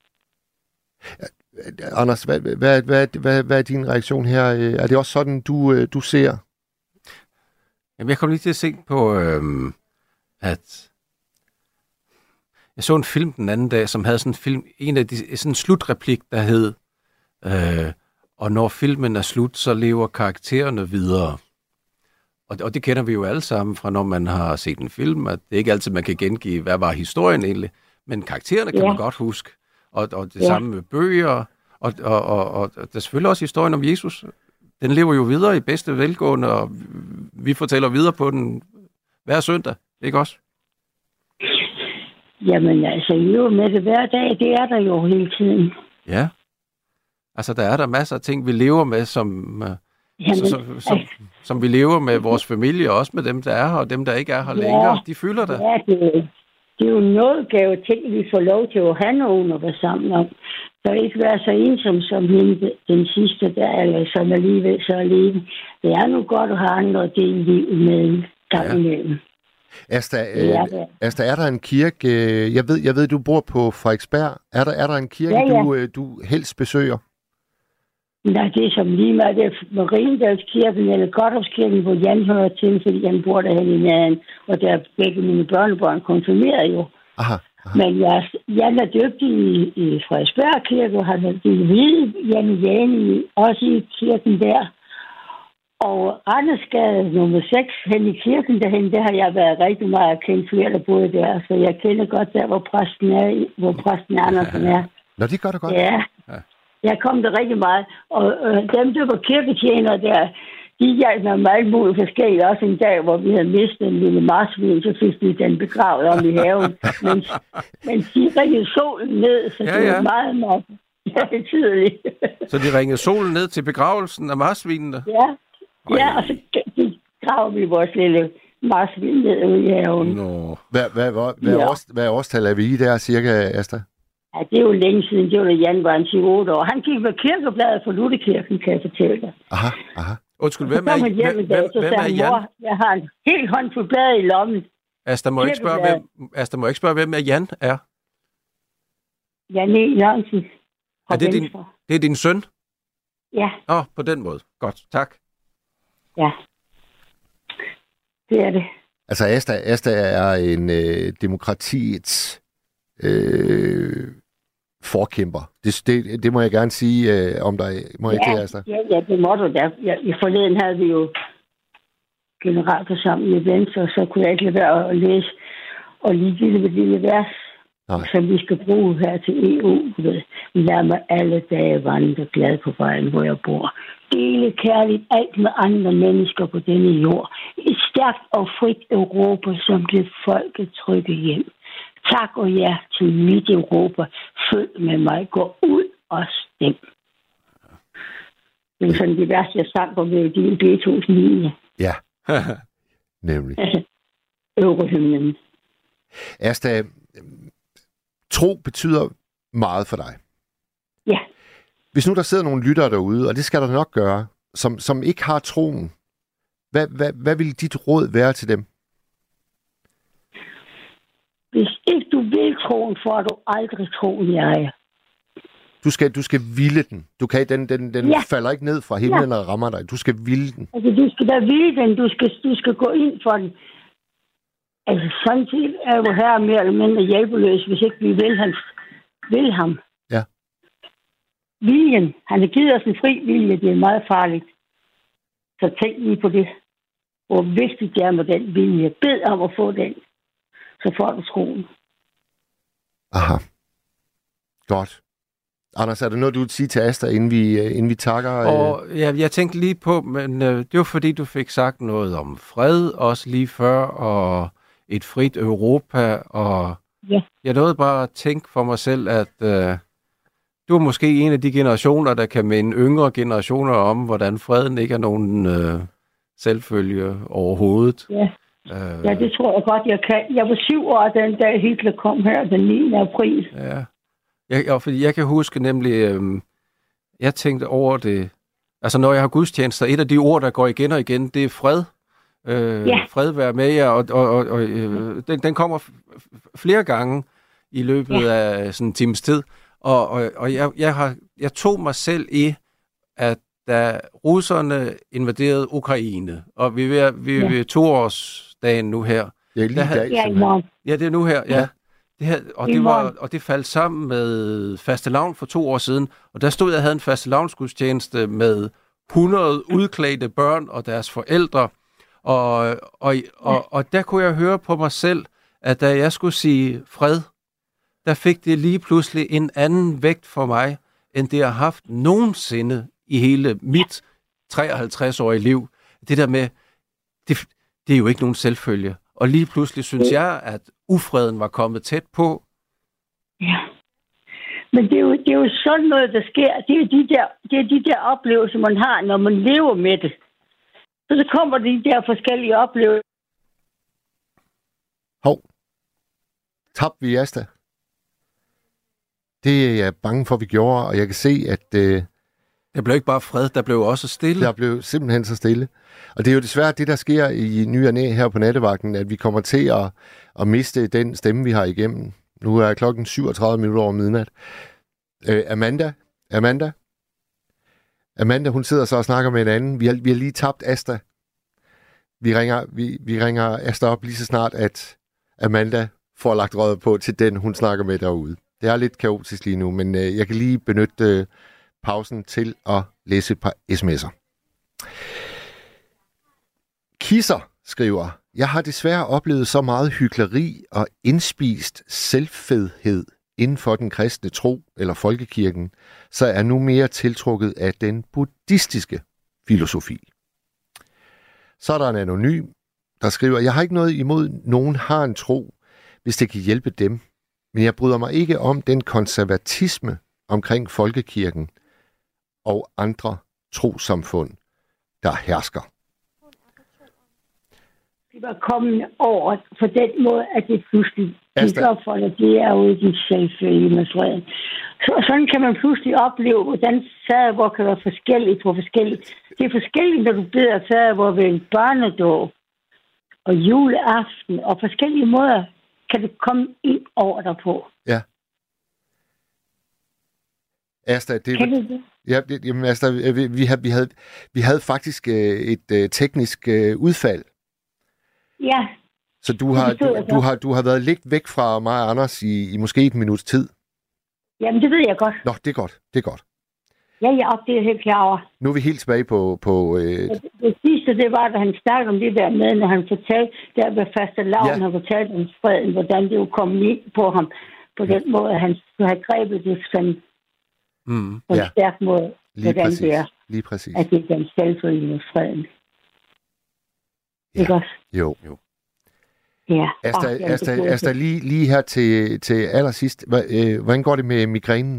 Anders, hvad er din reaktion her? Er det også sådan, du ser? Jamen, jeg kom lige til at se på, at jeg så en film den anden dag, som havde sådan en slutreplik, der hed, og når filmen er slut, så lever karaktererne videre. Og det kender vi jo alle sammen fra, når man har set en film, at det ikke altid, man kan gengive, hvad var historien egentlig, men karaktererne kan man godt huske. Og det samme med bøger, og der er selvfølgelig også historien om Jesus. Den lever jo videre i bedste velgående, og vi fortæller videre på den hver søndag, ikke også? Jamen altså, I lever med det hver dag, det er der jo hele tiden. Ja. Altså, der er der masser af ting, vi lever med, som vi lever med vores familie, og også med dem, der er her, og dem, der ikke er her længere. De fylder der. Ja, det er jo noget gave ting, vi får lov til at have nogen at være sammen om. Så ikke være så ensom som hende, den sidste der, eller som alligevel så alene. Det er nu godt at have andre at dele livet med en gang imellem. Asta, er der en kirke? Jeg ved, du bor på Frederiksberg. Er der en kirke, du helst besøger? Nej, det er som lige meget. Det er Mariendalskirken eller Godthåbskirken, hvor Jan hører til, fordi han bor derhen i nærheden. Og der er begge mine børnebørn konfirmeret jo. Aha. Men Jan er døbt i Frederiksberg Kirke, og han er det hvide Jan også i kirken der. Og Randersgade nummer 6 hen i kirken derhen, der har jeg været rigtig meget kendt flere, der boede der. Så jeg kender godt der, hvor præsten Andersen er. Nå, det gør du godt. Ja. Jeg kom der rigtig meget. Og dem, der var kirketjenere der, de hjalp mig med alt muligt forskelligt. Også en dag, hvor vi havde mistet en lille marsvin, så fik vi den begravet om i haven. Men de ringede solen ned, så det var meget nok tydeligt. Så de ringede solen ned til begravelsen af marsvinene? Ja, og så graver vi vores lille marsvin ned ude i haven. No. Hvad årstal er vi i der, cirka, Asta? Ja, det er jo længe siden. Det var da Jan var 28 år. Han gik med kirkebladet for Lutherkirken, kan jeg fortælle dig. Aha. Undskyld, hvem er Jan? Jeg har en helt håndfuld blade i lommen. Asta må ikke spørge, hvem er Jan er? Jan E. Jørgensen. Det er din søn? Ja. På den måde. Godt, tak. Ja. Det er det. Altså, Asta er en demokratiets forkæmper. Det må jeg gerne sige om dig. Må jeg det, Asta? Ja, det må du da. I forleden havde vi jo generalforsamling i Venstre, og så kunne jeg ikke lade være at læse og lige give et lille vers, som vi skal bruge her til EU. Lad mig alle dage vandre glad på vejen, hvor jeg bor. Dele kærligt alt med andre mennesker på denne jord. Et stærkt og frit Europa, som det folket trykker hjem. Tak og ja til mit Europa. Følg med mig. Gå ud og stem. Det er sådan det værste, jeg sang på din Beethoven-linje. Ja, nemlig. Eurohymnen. Asta, tro betyder meget for dig. Ja. Hvis nu der sidder nogle lyttere derude, og det skal der nok gøre, som ikke har troen, hvad vil dit råd være til dem? Hvis ikke du vil troen, får du aldrig troen i ejer. Du skal ville den. Den falder ikke ned fra himlen og rammer dig. Du skal ville den. Altså, du skal da ville den. Du skal gå ind for den. Altså, samtidig er jo her mere eller mindre hjælpeløs, hvis ikke vi vil ham. Ja. Viljen. Han har givet os en fri vilje. Det er meget farligt. Så tænk lige på det. Hvor vigtigt det er med den vilje. Bed om at få den. Så får du troen. Aha. Godt. Anders, er der noget, du vil sige til Asta, inden vi takker? Jeg tænkte lige på, men det var fordi, du fik sagt noget om fred også lige før, og et frit Europa, og jeg nåede bare at tænke for mig selv, at du er måske en af de generationer, der kan minde yngre generationer om, hvordan freden ikke er nogen selvfølge overhovedet. Ja. Ja, det tror jeg godt, jeg kan. Jeg var 7 år, den dag Hitler kom her den 9. april. Ja. Fordi jeg kan huske nemlig, jeg tænkte over det, altså når jeg har gudstjenester, et af de ord, der går igen og igen, det er fred. Fred være med jer, og den kommer flere gange i løbet af sådan en times tid. Og jeg tog mig selv i, at da russerne invaderede Ukraine, og vi er ved 2-årsdagen nu her. Ja, lige dag. Ja, det er nu her, ja. Det faldt sammen med fastelavn for 2 år siden, og der stod jeg og havde en fastelavnsgudstjeneste med 100 udklædte børn og deres forældre, og der kunne jeg høre på mig selv, at da jeg skulle sige fred, der fik det lige pludselig en anden vægt for mig, end det har haft nogensinde i hele mit 53-årige liv. Det der med, det er jo ikke nogen selvfølge. Og lige pludselig synes jeg, at ufreden var kommet tæt på. Ja. Men det er jo sådan noget, der sker. Det er de der oplevelser, man har, når man lever med det. Så kommer de der forskellige oplevelser. Hov. Tabte vi Asta? Det er jeg bange for, vi gjorde, og jeg kan se, at der blev ikke bare fred, der blev også stille. Der blev simpelthen så stille. Og det er jo desværre det, der sker i ny og næ her på nattevagten, at vi kommer til at miste den stemme, vi har igennem. Nu er klokken 37 minutter over midnat. Amanda, hun sidder så og snakker med en anden. Vi har lige tabt Asta. Vi ringer Asta op lige så snart, at Amanda får lagt røret på til den, hun snakker med derude. Det er lidt kaotisk lige nu, men jeg kan lige benytte pausen til at læse et par sms'er. Kisser skriver, jeg har desværre oplevet så meget hykleri og indspist selvfedhed inden for den kristne tro eller folkekirken, så er nu mere tiltrukket af den buddhistiske filosofi. Så er der en anonym, der skriver, jeg har ikke noget imod, nogen har en tro, hvis det kan hjælpe dem, men jeg bryder mig ikke om den konservatisme omkring folkekirken og andre trossamfund, der hersker. Det var kommet over på den måde, at det pludselig gik op for dig. Det er jo ikke selvfølge med freden. Så sådan kan man pludselig opleve, hvordan fadervor kan være forskelligt på forskelligt. Det er forskelligt, når du beder fadervor ved en børnedåb og juleaften, og forskellige måder kan det komme ind over dig på. Ja. Asta, det? Ja, jamen, Asta, vi havde faktisk et teknisk udfald. Ja. Så du har været lidt væk fra mig og Anders i måske et minuts tid. Jamen, det ved jeg godt. Nå, det er godt. Ja, det er helt klar over. Nu er vi helt tilbage på Det sidste, det var, da han snakkede om det der med, når han fortalte, der ved fastelavn, han fortalte om freden, hvordan det jo kom ind på ham, på den måde, at han skulle have grebet det sådan på en stærk måde. Lige præcis. At det er den selvfølgelige freden. Ja. Ikke også? Jo. Ja. Asta, lige her til allersidst. Hvordan går det med migrænen?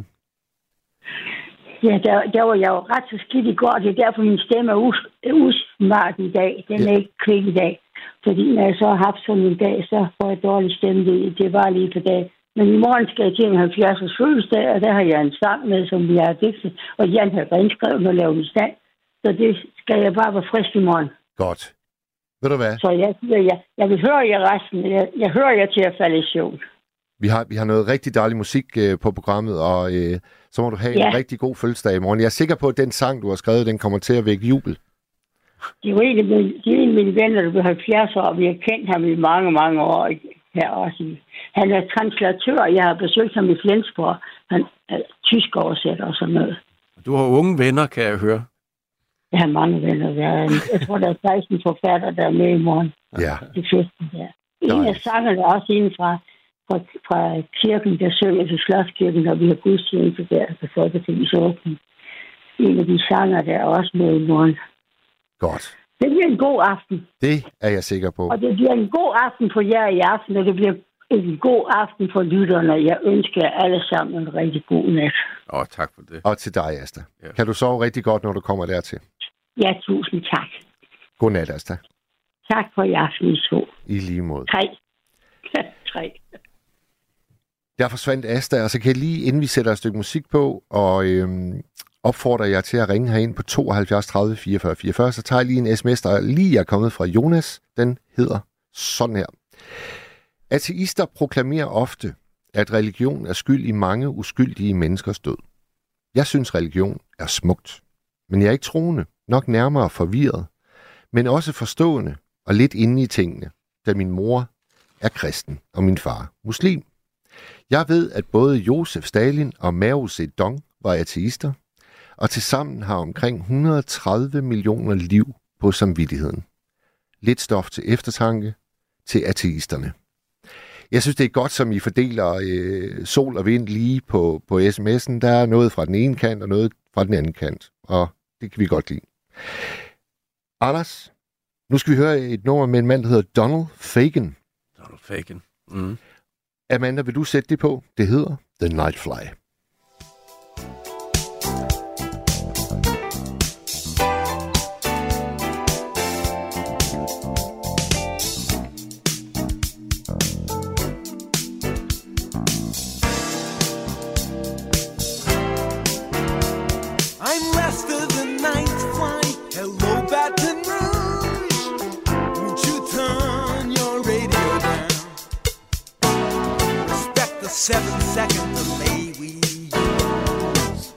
Ja, der var jeg jo ret så skidt i går. Det er derfor, min stemme er usmart i dag. Den er ikke kvik i dag. Fordi når jeg så har haft sådan en dag, så får jeg dårlig stemme. Det var lige på dag. Men i morgen skal jeg til en 70-års fødselsdag, og der har jeg en sang med, som vi har digtet. Og Jan har renskrevet og lavet en stand. Så det skal jeg bare være frisk i morgen. Godt. Ved du hvad? Så jeg vil høre jer resten. Jeg hører jer til at falde i søvn. Vi har noget rigtig dejlig musik på programmet, og så må du have en rigtig god fødselsdag i morgen. Jeg er sikker på, at den sang, du har skrevet, den kommer til at vække jubel. Det er jo en af mine venner, der blev 70 år, og vi har kendt ham i mange, mange år her også. Han er translatør, og jeg har besøgt ham i Flensborg. Han er tysk oversætter og sådan noget. Du har unge venner, kan jeg høre. Jeg har mange venner. Jeg tror, der er 16 forfatter, der er med i morgen. Ja. Det festen der. En af sangerne er også en fra kirken, der synger til Slotskirken, når vi har gudstjeneste der på Folketingets åbning. En af de sanger, der er også med i morgen. Godt. Det bliver en god aften. Det er jeg sikker på. Og det bliver en god aften for jer i aften, og det bliver en god aften for lytterne. Jeg ønsker jer alle sammen en rigtig god nat. Tak for det. Og til dig, Asta. Ja. Kan du sove rigtig godt, når du kommer dertil? Ja, tusind tak. Godnat, Asta. Tak for i aften, I to. I lige måde. 3. Der forsvandt Asta, og så kan jeg lige, inden vi sætter et stykke musik på, og opfordrer jeg til at ringe herind på 72 30 44 44, så tager jeg lige en sms, der lige er kommet fra Jonas. Den hedder sådan her. Ateister proklamerer ofte, at religion er skyld i mange uskyldige menneskers død. Jeg synes, religion er smukt, men jeg er ikke troende, nok nærmere forvirret, men også forstående og lidt inde i tingene, da min mor er kristen og min far muslim. Jeg ved, at både Josef Stalin og Mao Zedong var ateister, og tilsammen har omkring 130 millioner liv på samvittigheden. Lidt stof til eftertanke til ateisterne. Jeg synes, det er godt, som I fordeler sol og vind lige på sms'en. Der er noget fra den ene kant og noget fra den anden kant, og det kan vi godt lide. Anders, nu skal vi høre et nummer med en mand, der hedder Donald Fagen. Donald Fagen. Mm. Amanda, vil du sætte det på? Det hedder The Nightfly. The 7-second delay we use.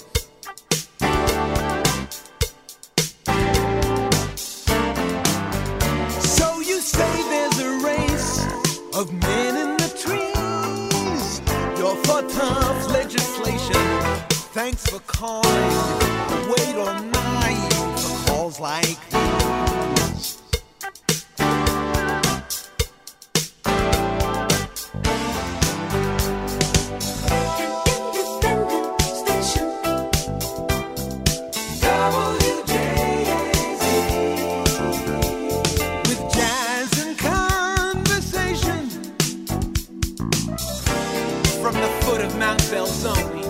So you say there's a race of men in the trees. You're for tough legislation. Thanks for calling. Wait all night for calls like these. Belzoni.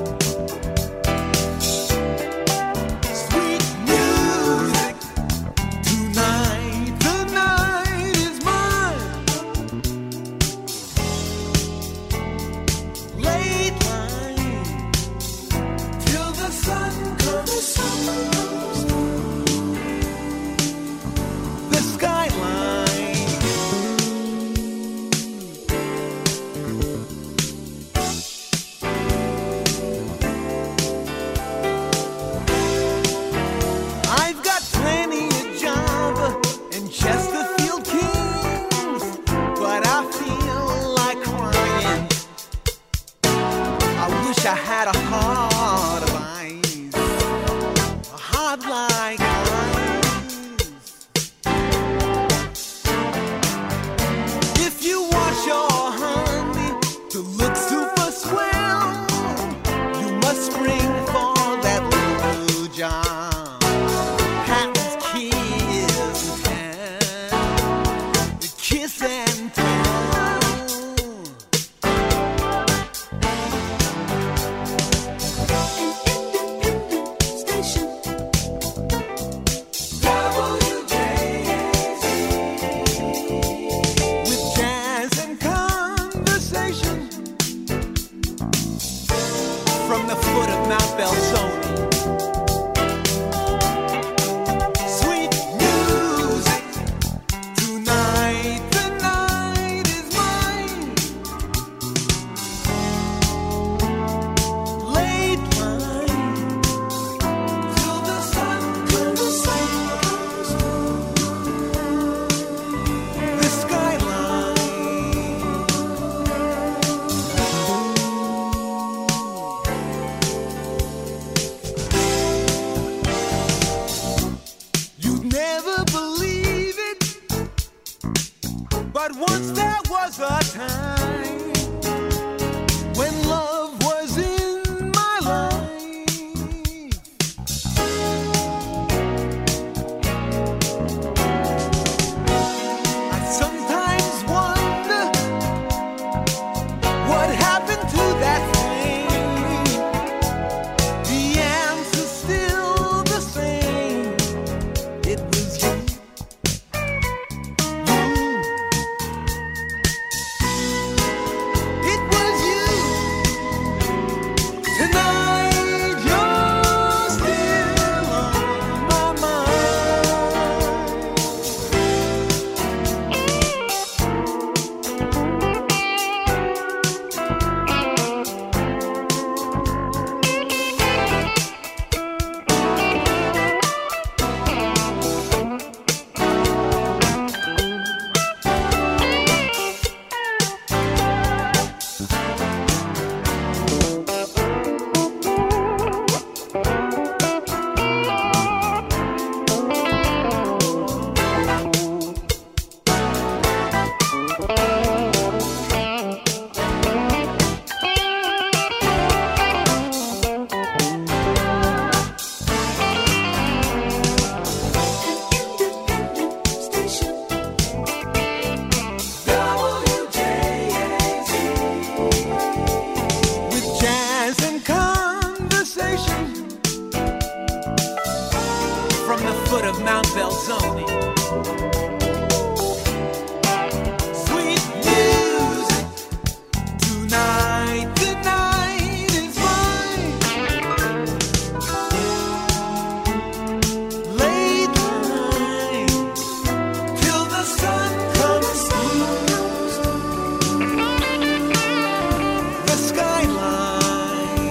Sweet music tonight, the night is mine. Late line till the sun comes through the skyline. a time when love was in my life. I sometimes wonder what happened to that thing. The answer's still the same. It was you. It was you. Tonight you're still on my mind. With jazz and conversation from the foot of Mount Belzoni. Sweet music tonight, the night is mine. Late night till the sun comes through the skyline.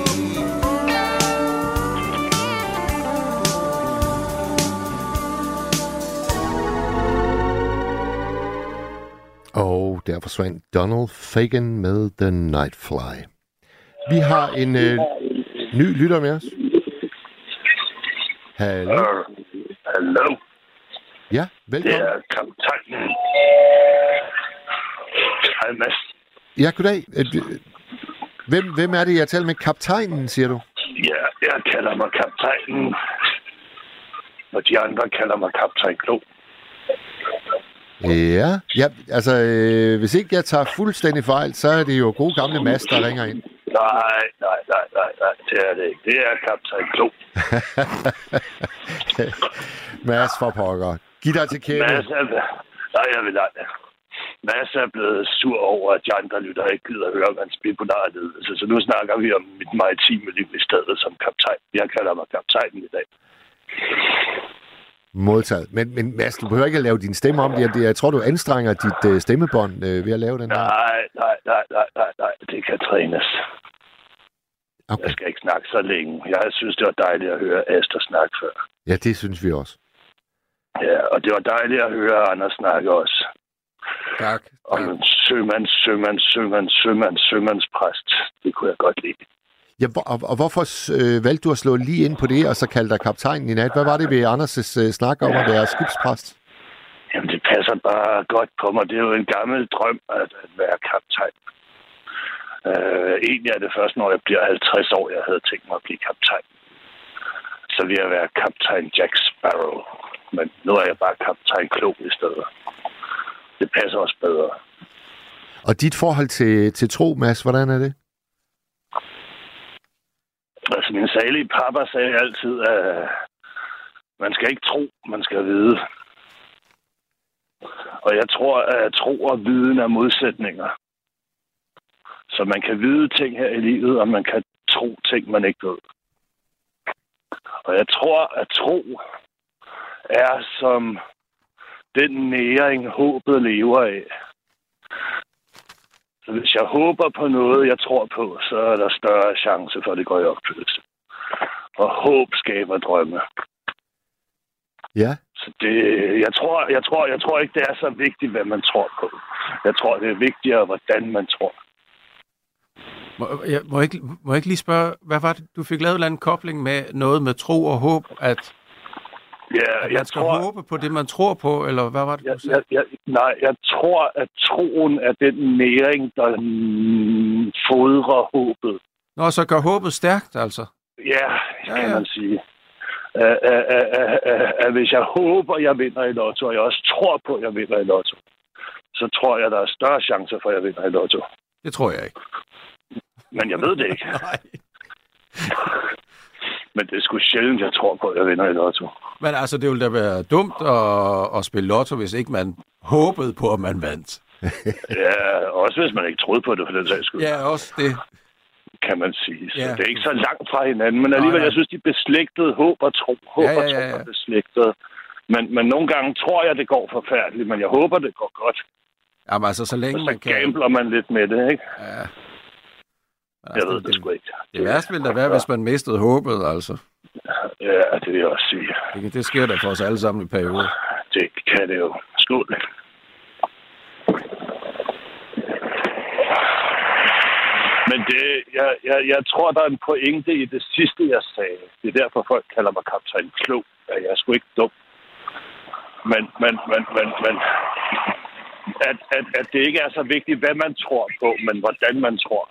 Og der forsvandt Donald Fagen med The Nightfly. Vi har en ny lytter med os. Hallo? Hallo, Ja, det velkommen. er kaptajnen. Hej, Mads. Ja, goddag. Hvem er det, jeg taler med? Kaptajnen, siger du? Ja, jeg kalder mig kaptajnen, og de andre kalder mig kaptajn Klo. Ja, altså, hvis ikke jeg tager fuldstændig fejl, så er det jo gode gamle Mads, der ringer ind. Nej, det er det ikke. Det er kaptajn Klo. Mads for pokker. Giv dig til kende. Mads er... Nej, jeg vil aldrig. Mads er blevet sur over, at de andre lytter ikke gider at høre hans bipolare ledelse. Så nu snakker vi om mit maritime liv i stedet som kaptajn. Jeg kalder mig kaptajnen i dag. Modtaget. Men Mads, du behøver ikke at lave din stemme om det. Jeg tror, du anstrenger dit stemmebånd ved at lave den her. Nej. Det kan trænes. Okay. Jeg skal ikke snakke så længe. Jeg synes, det var dejligt at høre Esther snakke før. Ja, det synes vi også. Ja, og det var dejligt at høre Anders snakke også. Tak. Om en sømandspræst. Det kunne jeg godt lide. Ja, og hvorfor valgte du at slå lige ind på det, og så kalde dig kaptajnen i nat? Hvad var det ved Anders' snak om at være skibspræst? Jamen, det passer bare godt på mig. Det er jo en gammel drøm at være kaptajn. Egentlig er det først, når jeg bliver 50 år, jeg havde tænkt mig at blive kaptajn. Så vil jeg være kaptajn Jack Sparrow. Men nu er jeg bare kaptajn Klo i stedet. Det passer også bedre. Og dit forhold til tro, Mads, hvordan er det? Altså, min salige pappa sagde altid, at man skal ikke tro, man skal vide. Og jeg tror, at tro og viden er modsætninger. Så man kan vide ting her i livet, og man kan tro ting, man ikke ved. Og jeg tror, at tro er som den næring, håbet lever af. Så hvis jeg håber på noget, jeg tror på, så er der større chance for, at det går i opfyldelse. Og håb skaber drømme. Ja. Så det, jeg tror ikke, det er så vigtigt, hvad man tror på. Jeg tror, det er vigtigere, hvordan man tror. Må jeg ikke lige spørge, hvad var det, du fik lavet en eller anden kobling med noget med tro og håb, at Ja, At jeg man skal tror... håbe på det, man tror på, eller hvad var det, du sagde? Jeg tror, at troen er den næring, der fodrer håbet. Nå, så gør håbet stærkt, altså. Ja, kan man sige. At hvis jeg håber, jeg vinder i lotto, og jeg også tror på, at jeg vinder i lotto, så tror jeg, der er større chancer for, at jeg vinder i lotto. Det tror jeg ikke. Men jeg ved det ikke. Nej. Men det er sgu sjældent, jeg tror på, at jeg vinder i lotto. Men altså, det ville da være dumt at spille lotto, hvis ikke man håbede på, at man vandt. Ja, også hvis man ikke troede på det, for den sags skyld. Ja, også det. Kan man sige. Så Ja. det er ikke så langt fra hinanden, men alligevel, jeg synes, de er beslægtede. Håb og tro. Håb og tro er beslægtet. Men nogle gange tror jeg, det går forfærdeligt, men jeg håber, det går godt. Jamen altså, så længe og man så kan... gambler man lidt med det, ikke? Ja. Jeg Altså, ved det sgu ikke. Det værste ville da være, hvis man mistede håbet, altså. Ja, det vil jeg også sige. Det sker da for os alle sammen i perioder. Det kan det jo. Skål. Men jeg tror, der er en pointe i det sidste, jeg sagde. Det er derfor, folk kalder mig kaptajn klog. Ja, jeg er sgu ikke dum. Men at det ikke er så vigtigt, hvad man tror på, men hvordan man tror.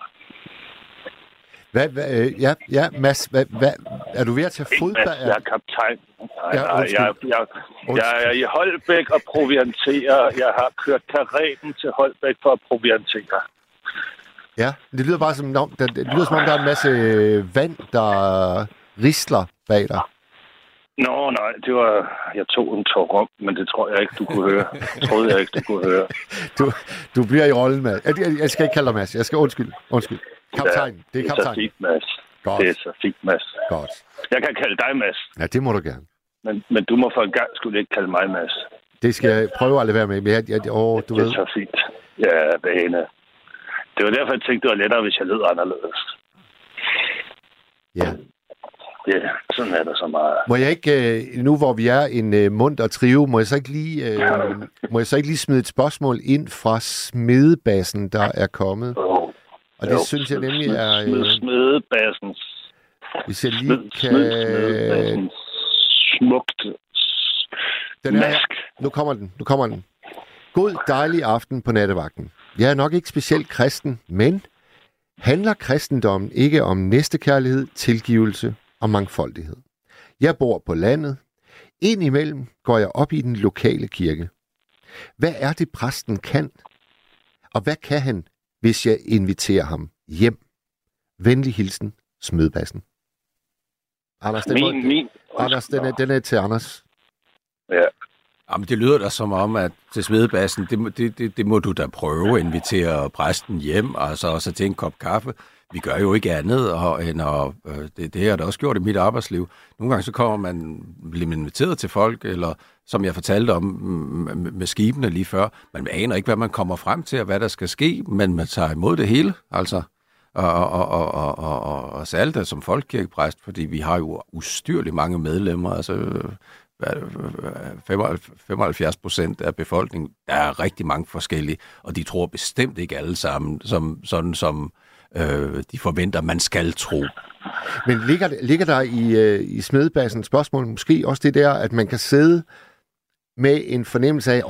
Ja, Mads, er du ved at tage fodbold? Jeg er kaptajn. Nej, undskyld. jeg er i Holbæk og provianterer. Jeg har kørt kareten til Holbæk for at proviantere. Ja, det lyder bare som om, der er en masse vand, der risler bag dig. Nå, nej, det var... Jeg tog en tår rum, men det tror jeg ikke, du kunne høre. Det troede jeg ikke, du kunne høre. Du bliver i rollen, Mads. Jeg skal ikke kalde dig Mads. Jeg skal undskylde. Kaptajn. Ja, det er kaptajn. Så fint, Mads. Godt. Det er så fint, Mads. Godt. Jeg kan kalde dig Mads. Ja, det må du gerne. Men du må for en gang skulle ikke kalde mig Mads. Det skal jeg prøve at lade være med. Men du ved. Det er så fint. Ja, bane. Det var derfor, jeg tænkte, det var lettere, hvis jeg lød anderledes. Ja. Ja, sådan er der så meget. Må jeg ikke, nu hvor vi er en munter trio, må jeg så ikke lige smide et spørgsmål ind fra smedebassen, der er kommet? Og det synes jeg nemlig er... Smedebassen. Hvis jeg lige kan... Smedebassen. Smukt. Den er, nu kommer den. God dejlig aften på nattevagten. Jeg er nok ikke specielt kristen, men handler kristendommen ikke om næstekærlighed, tilgivelse og mangfoldighed? Jeg bor på landet. Indimellem går jeg op i den lokale kirke. Hvad er det, præsten kan? Og hvad kan han, hvis jeg inviterer ham hjem? Venlig hilsen, Smedbassen. Anders, den er til Anders. Ja. Jamen, det lyder da som om, at til Smedebassen, det må du da prøve at invitere præsten hjem, altså også til en kop kaffe. Vi gør jo ikke andet, end det har jeg da også gjort i mit arbejdsliv. Nogle gange så kommer man bliver inviteret til folk, eller som jeg fortalte om med skibene lige før, man aner ikke, hvad man kommer frem til, og hvad der skal ske, men man tager imod det hele, altså. Og særligt da som folkekirkepræst, fordi vi har jo ustyrligt mange medlemmer, altså 75% af befolkningen, der er rigtig mange forskellige, og de tror bestemt ikke alle sammen, som de forventer, man skal tro. Men ligger der i Smedebassen spørgsmål måske også det der, at man kan sidde med en fornemmelse af,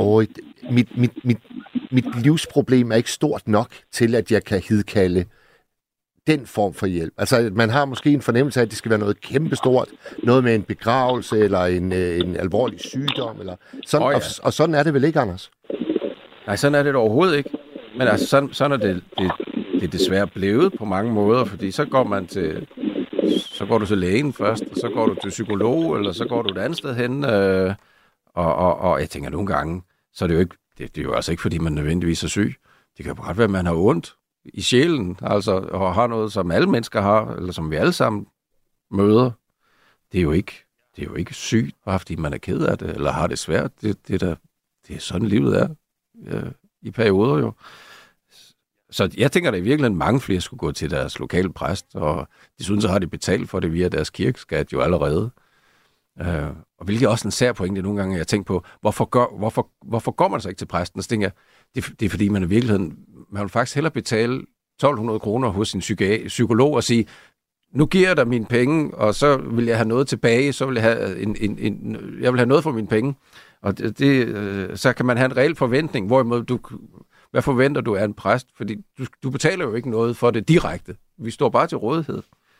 mit livsproblem er ikke stort nok til, at jeg kan hidkalde den form for hjælp. Altså, at man har måske en fornemmelse af, at det skal være noget kæmpestort, noget med en begravelse, eller en alvorlig sygdom, eller sådan. Ja. Og sådan er det vel ikke, Anders? Nej, sådan er det overhovedet ikke. Men altså, sådan er det er desværre blevet på mange måder, fordi så går du til lægen først, og så går du til psykolog, eller så går du et andet sted hen, og jeg tænker nogle gange, så er det jo ikke, det er jo altså ikke, fordi man nødvendigvis er syg. Det kan jo godt være, at man har ondt i sjælen, altså, og har noget, som alle mennesker har, eller som vi alle sammen møder. Det er jo ikke sygt, bare fordi man er ked af det, eller har det svært. Det er sådan, livet er i perioder jo. Så jeg tænker, at i virkeligheden mange flere skulle gå til deres lokale præst, og desuden så har de betalt for det via deres kirkeskat jo allerede. Og hvilket er også en sær pointe nogle gange, jeg tænker på, hvorfor går man så ikke til præsten? Så tænker jeg, det er fordi, man i virkeligheden, man vil faktisk hellere betale 1.200 kroner hos sin psykolog og sige, nu giver jeg dig mine penge, og så vil jeg have noget tilbage, så vil jeg have jeg vil have noget for mine penge. Og så kan man have en reel forventning, hvorimod hvad forventer du af en præst? Fordi du betaler jo ikke noget for det direkte. Vi står bare til rådighed.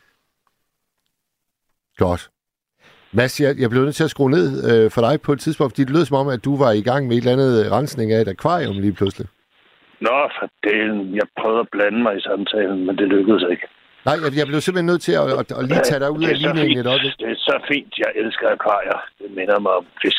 Godt. Mads, jeg blev nødt til at skrue ned for dig på et tidspunkt, fordi det lød som om, at du var i gang med et eller andet rensning af et akvarium lige pludselig. Nå, for delen. Jeg prøvede at blande mig i samtalen, men det lykkedes ikke. Nej, jeg blev simpelthen nødt til at lige tage dig ud af ligningen et øjeblik. Det er så fint. Jeg elsker akvarier. Det minder mig om fisk.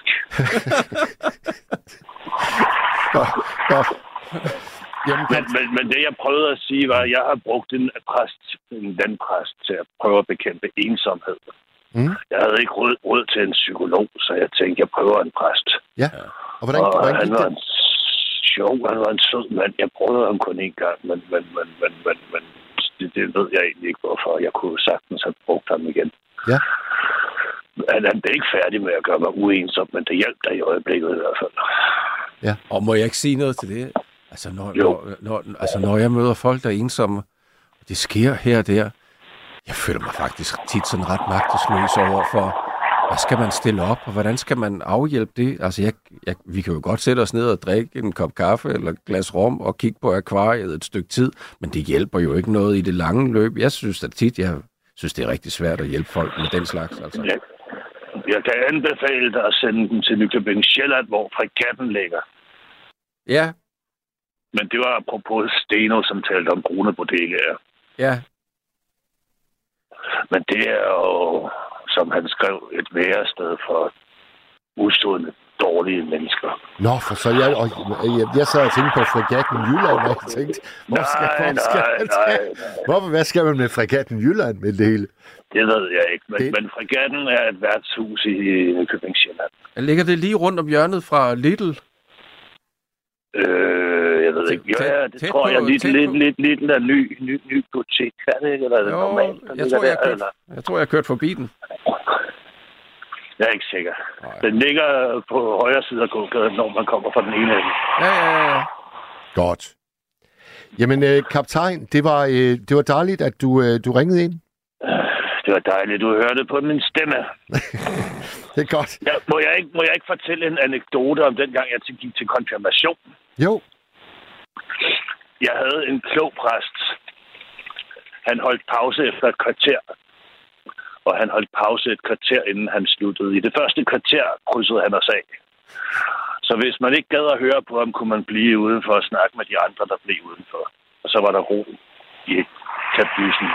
Godt. Jamen, men det, jeg prøvede at sige, var, at jeg har brugt en landpræst til at prøve at bekæmpe ensomhed. Mm. Jeg havde ikke råd til en psykolog, så jeg tænkte, jeg prøver en præst. Ja, og hvordan gik det? Han var en sød mand. Jeg prøvede ham kun en gang, men det ved jeg egentlig ikke, hvorfor. Jeg kunne sagtens have brugt ham igen. Ja. Han er ikke færdig med at gøre mig uensom, men det hjælper i øjeblikket i hvert fald. Ja. Og må jeg ikke sige noget til det? Altså, når jeg møder folk, der er ensomme, og det sker her og der, jeg føler mig faktisk tit sådan ret magtesløs over for, hvad skal man stille op, og hvordan skal man afhjælpe det? Altså, vi kan jo godt sætte os ned og drikke en kop kaffe eller et glas rom og kigge på akvariet et stykke tid, men det hjælper jo ikke noget i det lange løb. Jeg synes det er rigtig svært at hjælpe folk med den slags. Altså. Jeg kan anbefale dig at sende dem til Nykøbing Sjælland, hvor Fregatten ligger. Ja. Men det var apropos Steno, som talte om brune bodegaer. Ja. Men det er jo, som han skrev, et værested for usundne, dårlige mennesker. Nå, for så jeg sad og tænkte på Fregatten Jylland, og jeg tænkte, hvad skal man med Fregatten Jylland med det hele? Det ved jeg ikke, men Fregatten er et værtshus i Nykøbing Sjælland. Ligger det lige rundt om hjørnet fra Lidl? Jeg ved ikke. Ja, det tror jeg. Lidt af ny butik. Er det ikke? Eller er det normalt? Jeg tror, jeg har kørt forbi den. Jeg er ikke sikker. Nej. Den ligger på højre side af gågaden, når man kommer fra den ene ende. Ja. Godt. Jamen, kaptajn, det var dejligt, at du ringede ind. Det var dejligt, du hørte på min stemme. Det er godt. Ja, må jeg ikke fortælle en anekdote om dengang, jeg gik til konfirmation? Jo. Jeg havde en klog præst. Han holdt pause efter et kvarter. Og han holdt pause et kvarter, inden han sluttede. I det første kvarter krydsede han os af. Så hvis man ikke gad at høre på ham, kunne man blive udenfor og snakke med de andre, der blev udenfor. Og så var der ro i kabysen.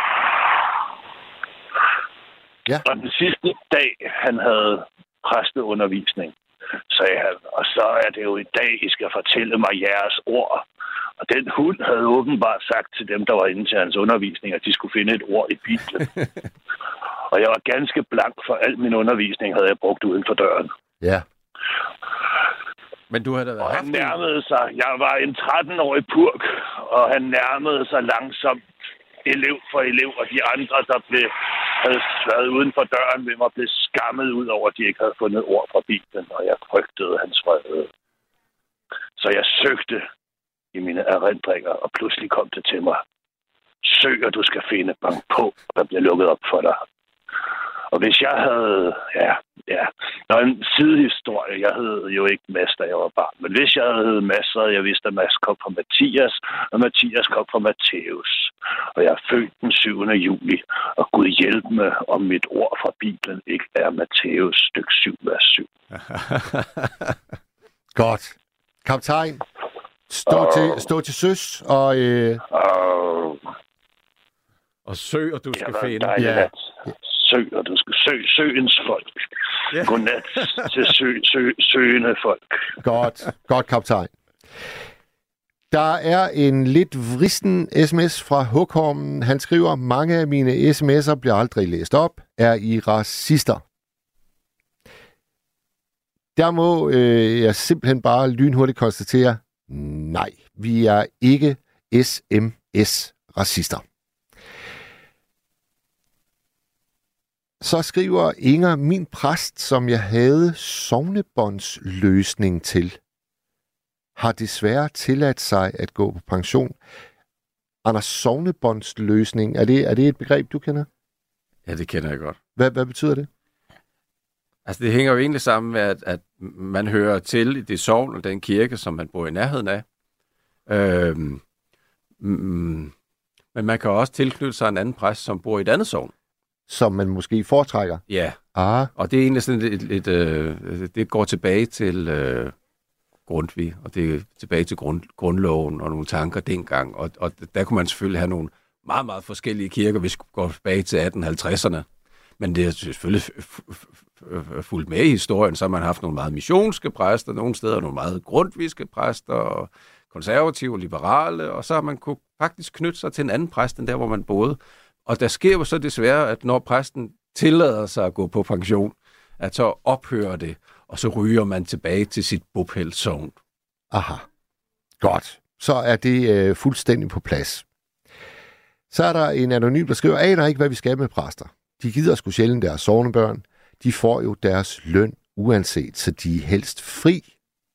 Ja. Og den sidste dag, han havde præsteundervisning, sagde han, og så er det jo i dag, I skal fortælle mig jeres ord. Og den hund havde åbenbart sagt til dem, der var inde til hans undervisning, at de skulle finde et ord i Bibelen. Og jeg var ganske blank, for al min undervisning havde jeg brugt uden for døren. Ja. Men du havde da været og han nærmede sig. Jeg var en 13-årig purk, og han nærmede sig langsomt elev for elev, og de andre, der havde været uden for døren, ved mig blev skammet ud over, at de ikke havde fundet ord fra Bibelen, og jeg frygtede hans vrede. Så jeg søgte i mine erindringer, og pludselig kom det til mig. Søg, og du skal finde, bank på, der bliver lukket op for dig. Og hvis jeg havde, der er en sidehistorie, jeg hed jo ikke Mads, da jeg var barn, men hvis jeg havde Mads, så havde jeg vidst, at Mads kom fra Mathias, og Mathias kom fra Matthæus. Og jeg er født den 7. juli, og Gud hjælp mig, om mit ord fra Bibelen ikke er Matthæus stykke 7, vers 7. Godt. Kaptajn, stå til søs, og søg, og du skal finde. Ja. Søg, og du skal søgens folk. Yeah. Godnat til søgende folk. Godt, kaptajn. Der er en lidt vristen sms fra Hugholm. Han skriver, mange af mine sms'er bliver aldrig læst op. Er I racister? Der må jeg simpelthen bare lynhurtigt konstatere, nej, vi er ikke SMS-racister. Så skriver Inger, min præst, som jeg havde sognebåndsløsning til, har desværre tilladt sig at gå på pension. Anders, sognebåndsløsning, er det et begreb, du kender? Ja, det kender jeg godt. Hvad betyder det? Altså, det hænger jo egentlig sammen med, at man hører til i det sogn og den kirke, som man bor i nærheden af. Men man kan også tilknytte sig en anden præst, som bor i et andet sogn. Som man måske foretrækker? Ja. Ah. Og det er egentlig sådan det går tilbage til Grundtvig, og det er tilbage til grundloven og nogle tanker dengang. Og der kunne man selvfølgelig have nogle meget, meget forskellige kirker, hvis vi går tilbage til 1850'erne. Men det er selvfølgelig fulgt med i historien, så har man haft nogle meget missionske præster, nogle steder nogle meget grundtvigske præster, og konservative og liberale, og så har man kunne faktisk knytte sig til en anden præst, end der, hvor man boede. Og der sker jo så desværre, at når præsten tillader sig at gå på pension, at så ophører det, og så ryger man tilbage til sit bopælssogn. Aha. Godt. Så er det fuldstændig på plads. Så er der en anonym, der skriver, aner ikke, hvad vi skal med præster. De gider sgu sjældent deres sognebørn. De får jo deres løn uanset, så de er helst fri.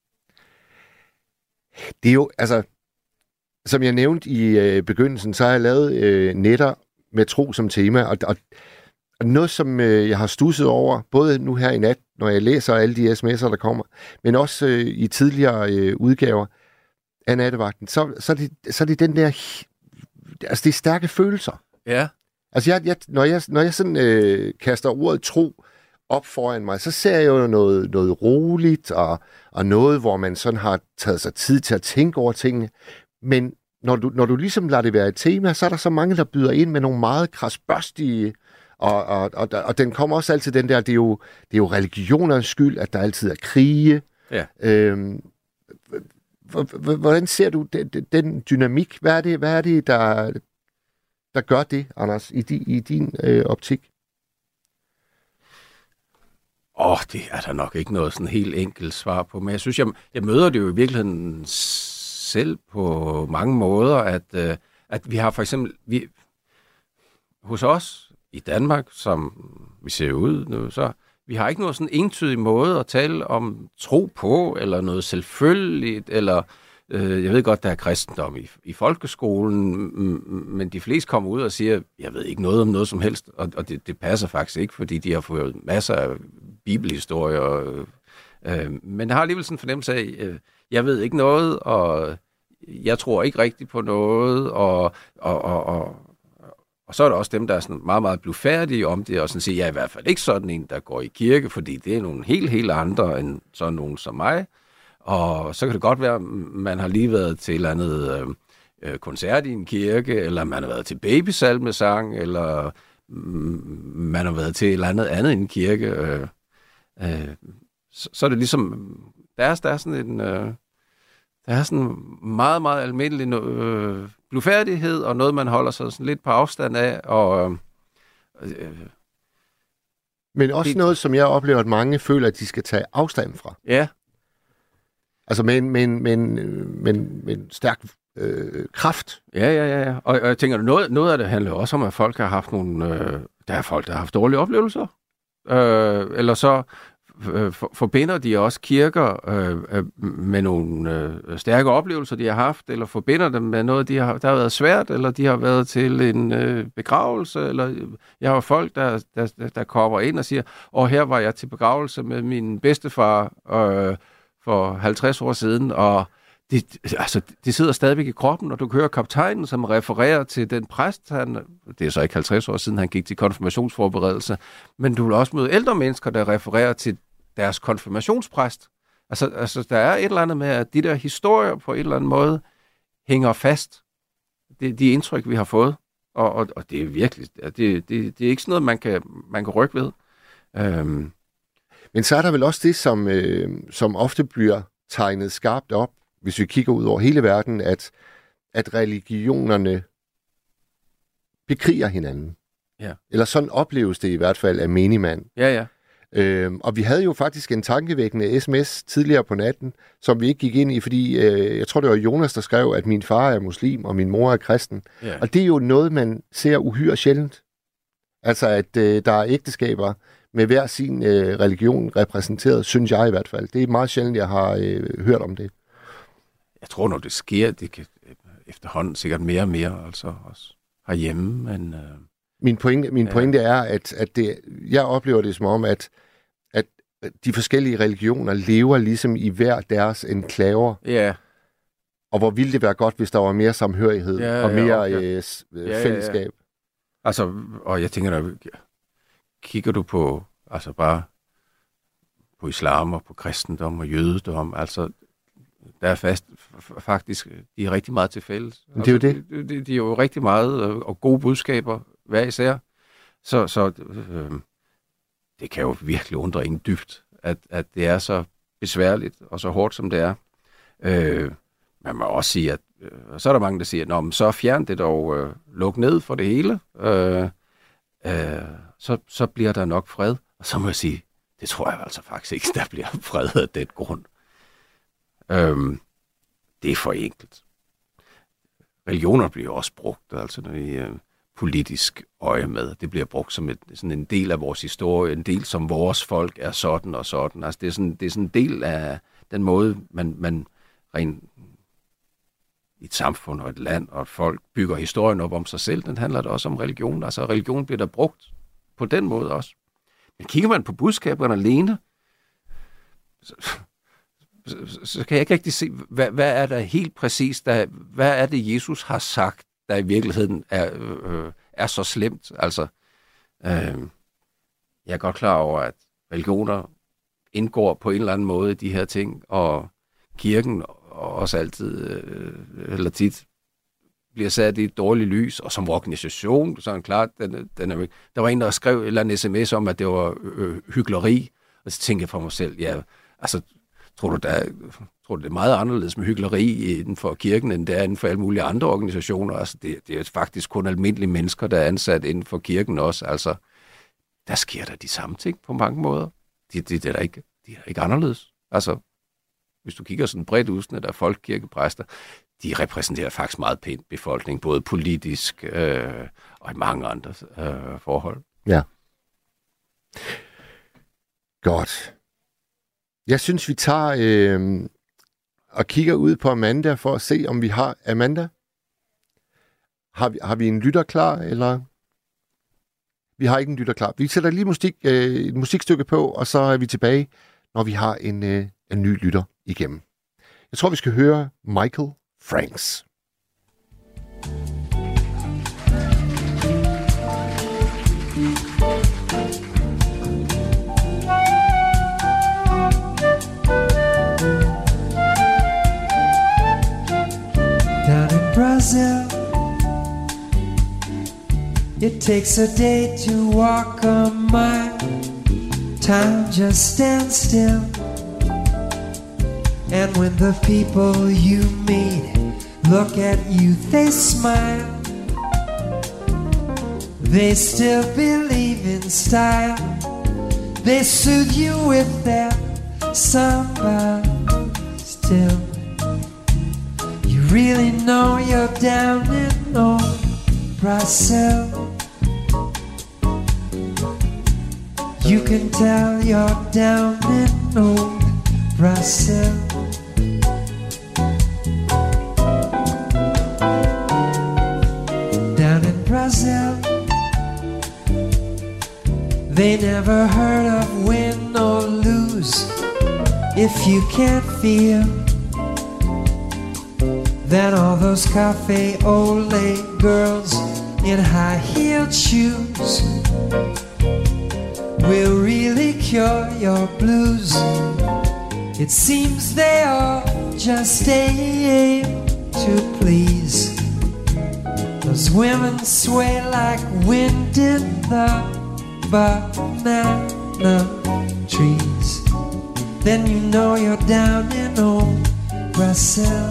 Det er jo, altså, som jeg nævnte i begyndelsen, så har jeg lavet netter med tro som tema, og noget, som jeg har studset over, både nu her i nat, når jeg læser alle de sms'er, der kommer, men også i tidligere udgaver af nattevagten, så er det den der, altså det er stærke følelser. Ja. Altså når jeg sådan kaster ordet tro op foran mig, så ser jeg jo noget roligt, og noget, hvor man sådan har taget sig tid til at tænke over tingene. Men når du ligesom lader det være et tema, så er der så mange, der byder ind med nogle meget krasbørstige, og den kommer også altid den der, det er jo religionernes skyld, at der altid er krige. Ja. Hvordan ser du den dynamik? Hvad er det, der gør det, Anders, i din optik? Det er der nok ikke noget sådan helt enkelt svar på, men jeg synes, jeg møder det jo i virkeligheden selv på mange måder, at vi har for eksempel, hos os i Danmark, som vi ser ud nu, så vi har ikke noget sådan entydig måde at tale om tro på, eller noget selvfølgeligt, eller jeg ved godt, der er kristendom i folkeskolen, men de fleste kommer ud og siger, jeg ved ikke noget om noget som helst, og det passer faktisk ikke, fordi de har fået masser af bibelhistorier, men jeg har alligevel sådan en fornemmelse af, jeg ved ikke noget, og jeg tror ikke rigtigt på noget, og så er der også dem, der er sådan meget, meget blufærdige om det, og sådan siger, jeg er i hvert fald ikke sådan en, der går i kirke, fordi det er nogle helt andre end sådan nogen som mig. Og så kan det godt være, at man har lige været til et eller andet koncert i en kirke, eller man har været til babysalmesang, eller man har været til et eller andet i en kirke. Så er det ligesom, der er sådan en, der er sådan meget, meget almindelig blufærdighed, og noget, man holder sig sådan lidt på afstand af. Men også noget, som jeg oplever, at mange føler, at de skal tage afstand fra. Ja. Altså med en stærk kraft. Ja. Og jeg tænker, noget af det handler også om, at folk har haft der er folk, der har haft dårlige oplevelser. Eller så forbinder de også kirker med nogle stærke oplevelser, de har haft, eller forbinder dem med noget, der har været svært, eller de har været til en begravelse, eller jeg har folk, der kommer ind og siger, her var jeg til begravelse med min bedstefar for 50 år siden, og det sidder stadigvæk i kroppen, og du hører kaptajnen, som refererer til den præst, det er så ikke 50 år siden, han gik til konfirmationsforberedelse, men du vil også møde ældre mennesker, der refererer til deres konfirmationspræst. Altså der er et eller andet med, at de der historier på en eller anden måde hænger fast. De indtryk, vi har fået, og det er virkelig, det er ikke sådan noget, man kan rykke ved. Men så er der vel også det, som ofte bliver tegnet skarpt op, hvis vi kigger ud over hele verden, at religionerne bekriger hinanden. Ja. Eller sådan opleves det i hvert fald af menigmand. Ja. Og vi havde jo faktisk en tankevækkende sms tidligere på natten, som vi ikke gik ind i, fordi jeg tror, det var Jonas, der skrev, at min far er muslim, og min mor er kristen. Ja. Og det er jo noget, man ser uhyre sjældent. Altså, at der er ægteskaber med hver sin religion repræsenteret, synes jeg i hvert fald. Det er meget sjældent, jeg har hørt om det. Jeg tror, når det sker, det kan efterhånden sikkert mere og mere, altså også herhjemme. Min pointe er, at jeg oplever det som om, at de forskellige religioner lever ligesom i hver deres enklaver. Ja. Og hvor ville det være godt, hvis der var mere samhørighed og mere fællesskab. Altså, og jeg tænker, når kigger du på, altså bare på islam og på kristendom og jødedom, altså, der er faktisk, de er rigtig meget til fælles. Det er jo det. De er jo rigtig meget, og gode budskaber hver især. Så det kan jo virkelig undre en dybt, at det er så besværligt og så hårdt, som det er. Man må også sige, at så er der mange, der siger, at så fjern det dog, luk ned for det hele, så bliver der nok fred. Og så må jeg sige, det tror jeg altså faktisk ikke, der bliver fred af den grund. Det er for enkelt. Religioner bliver også brugt, altså når i politisk øje med. Det bliver brugt som sådan en del af vores historie, en del som vores folk er sådan og sådan. Altså det er sådan en del af den måde, man rent i et samfund og et land og et folk bygger historien op om sig selv. Den handler det også om religion. Altså religion bliver der brugt på den måde også. Men kigger man på budskaberne alene, så kan jeg ikke rigtig se, hvad er der helt præcis, hvad er det, Jesus har sagt, der i virkeligheden er så slemt. Altså, jeg er godt klar over, at religioner indgår på en eller anden måde i de her ting, og kirken også altid, eller tit, bliver sat i et dårligt lys, og som organisation, så er det klart, der var en, der skrev et eller andet sms om, at det var hykleri, og så tænkte jeg for mig selv, ja, altså, tror du, det er meget anderledes med hykleri inden for kirken, end det er inden for alle mulige andre organisationer? Altså, det er faktisk kun almindelige mennesker, der er ansat inden for kirken også. Altså, der sker der de samme ting på mange måder. De er ikke anderledes. Altså, hvis du kigger sådan bredt udsnit af folkekirkepræster, de repræsenterer faktisk meget pænt befolkning, både politisk og i mange andre forhold. Ja. Godt. Jeg synes, vi tager og kigger ud på Amanda for at se, om vi har Amanda. Har vi en lytter klar, eller? Vi har ikke en lytter klar. Vi sætter lige et musikstykke på, og så er vi tilbage, når vi har en ny lytter igennem. Jeg tror, vi skal høre Michael Franks. Brazil, it takes a day to walk a mile. Time just stands still. And when the people you meet look at you, they smile. They still believe in style. They soothe you with their samba still. Really know you're down in old Brazil. You can tell you're down in old Brazil. Down in Brazil, they never heard of win or lose. If you can't feel, then all those cafe ole girls in high-heeled shoes will really cure your blues. It seems they all just aim to please. Those women sway like wind in the banana trees. Then you know you're down in old Brazil.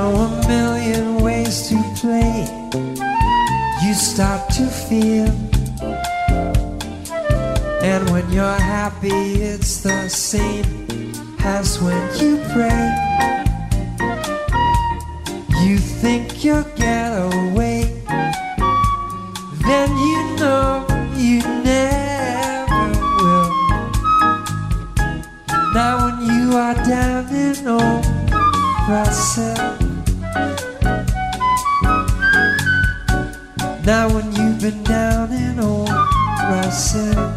Now a million ways to play. You start to feel. And when you're happy, it's the same as when you pray. You think you'll get away, then you know you never will. Now when you are down in old Brazil, now when you've been down in old Brazil,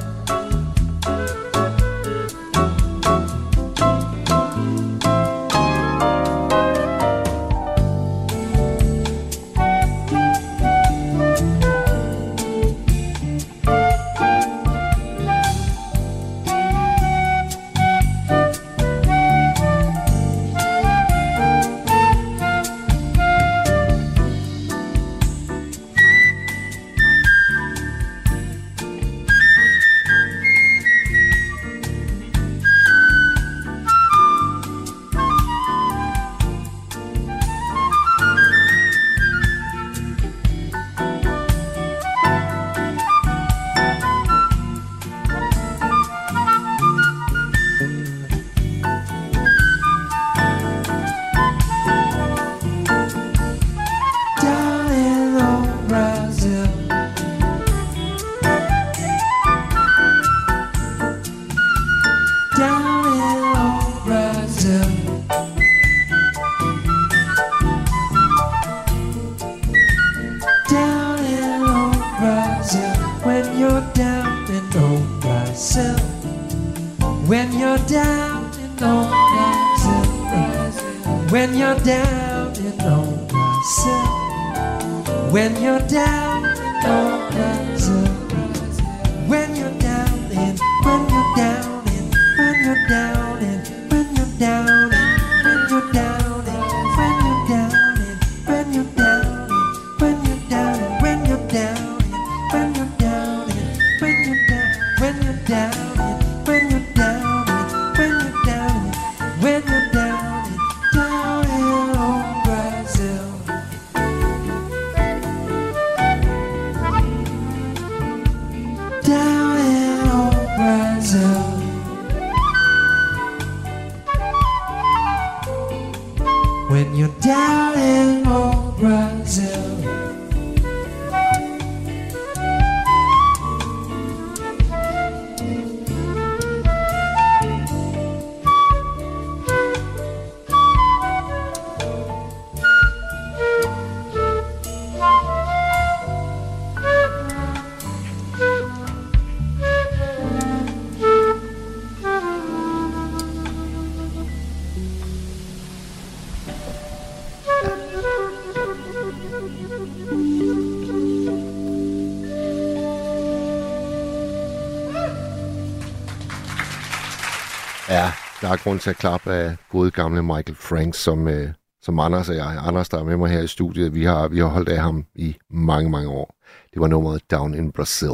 Der er grund til at klappe af gode gamle Michael Franks, som Anders og jeg. Anders, der er med mig her i studiet, vi har holdt af ham i mange, mange år. Det var nummeret Down in Brazil.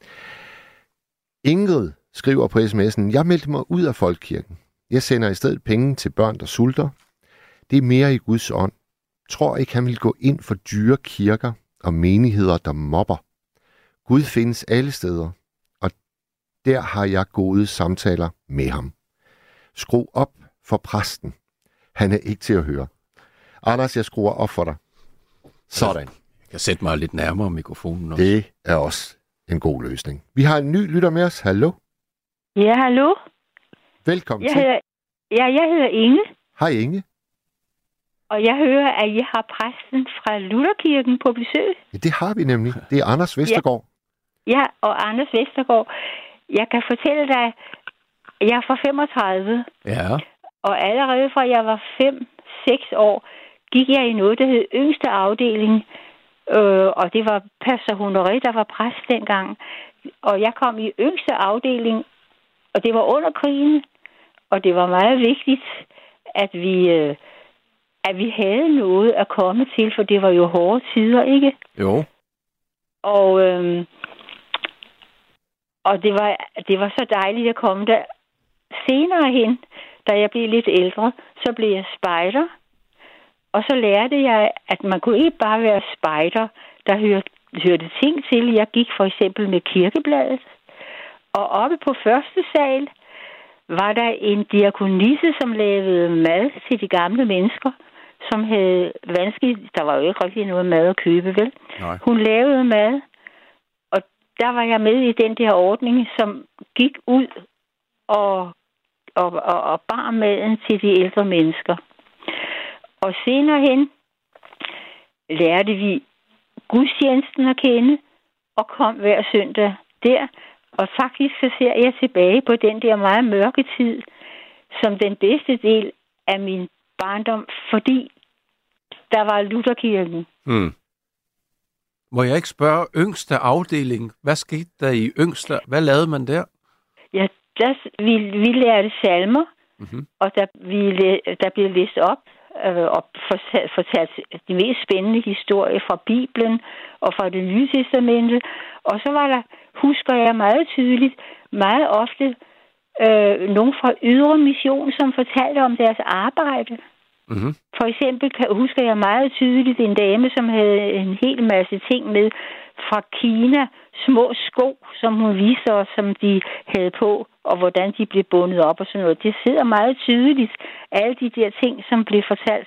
Ingrid skriver på sms'en, jeg meldte mig ud af folkekirken. Jeg sender i stedet penge til børn, der sulter. Det er mere i Guds ånd. Tror ikke, han vil gå ind for dyre kirker og menigheder, der mobber. Gud findes alle steder, og der har jeg gode samtaler med ham. Skru op for præsten. Han er ikke til at høre. Anders, jeg skruer op for dig. Sådan. Jeg kan sætte mig lidt nærmere mikrofonen også. Det er også en god løsning. Vi har en ny lytter med os. Hallo? Ja, hallo? Velkommen jeg til. Jeg hedder Inge. Hej Inge. Og jeg hører, at I har præsten fra Lutherkirken på besøg. Ja, det har vi nemlig. Det er Anders Vestergaard. Ja, og Anders Vestergaard. Jeg kan fortælle dig, jeg er fra 35. Ja. Og allerede fra jeg var 5-6 år, gik jeg i noget, der hed yngste afdeling. Og det var pastor Honoré, der var præst dengang. Og jeg kom i yngste afdeling, og det var under krigen. Og det var meget vigtigt, at vi havde noget at komme til, for det var jo hårde tider, ikke? Jo. Og det var så dejligt at komme der. Senere hen, da jeg blev lidt ældre, så blev jeg spejder. Og så lærte jeg, at man kunne ikke bare være spejder, der hørte ting til. Jeg gik for eksempel med kirkebladet. Og oppe på første sal var der en diakonisse, som lavede mad til de gamle mennesker, som havde vanskeligt. Der var jo ikke rigtig noget mad at købe, vel? Nej. Hun lavede mad, og der var jeg med i den der ordning, som gik ud og bar maden til de ældre mennesker. Og senere hen lærte vi gudstjenesten at kende, og kom hver søndag der. Og faktisk så ser jeg tilbage på den der meget mørke tid, som den bedste del af min barndom, fordi der var Lutherkirken. Må jeg ikke spørge yngste afdeling? Hvad skete der i yngste? Hvad lavede man der? Ja, vi lærte salmer, og der blev læst op og fortalt de mest spændende historier fra Bibelen og fra Det Nye Testamente. Og så var der, husker jeg meget tydeligt, meget ofte nogen fra Ydre Mission, som fortalte om deres arbejde. For eksempel husker jeg meget tydeligt en dame, som havde en hel masse ting med fra Kina, små sko, som hun viste os, som de havde på, og hvordan de blev bundet op og sådan noget. Det sidder meget tydeligt, alle de der ting, som blev fortalt.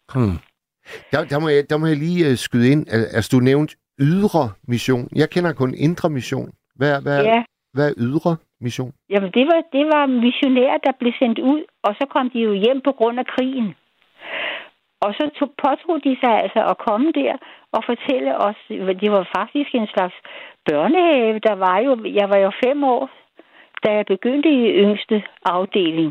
Der må jeg lige skyde ind. Altså, du nævnte Ydre Mission. Jeg kender kun Indre Mission. Hvad er Ydre Mission? Jamen, det var missionærer, der blev sendt ud, og så kom de jo hjem på grund af krigen. Og så påtog de sig altså at komme der og fortælle os, det var faktisk en slags børnehave. Jeg var jo 5 år, da jeg begyndte i yngste afdeling.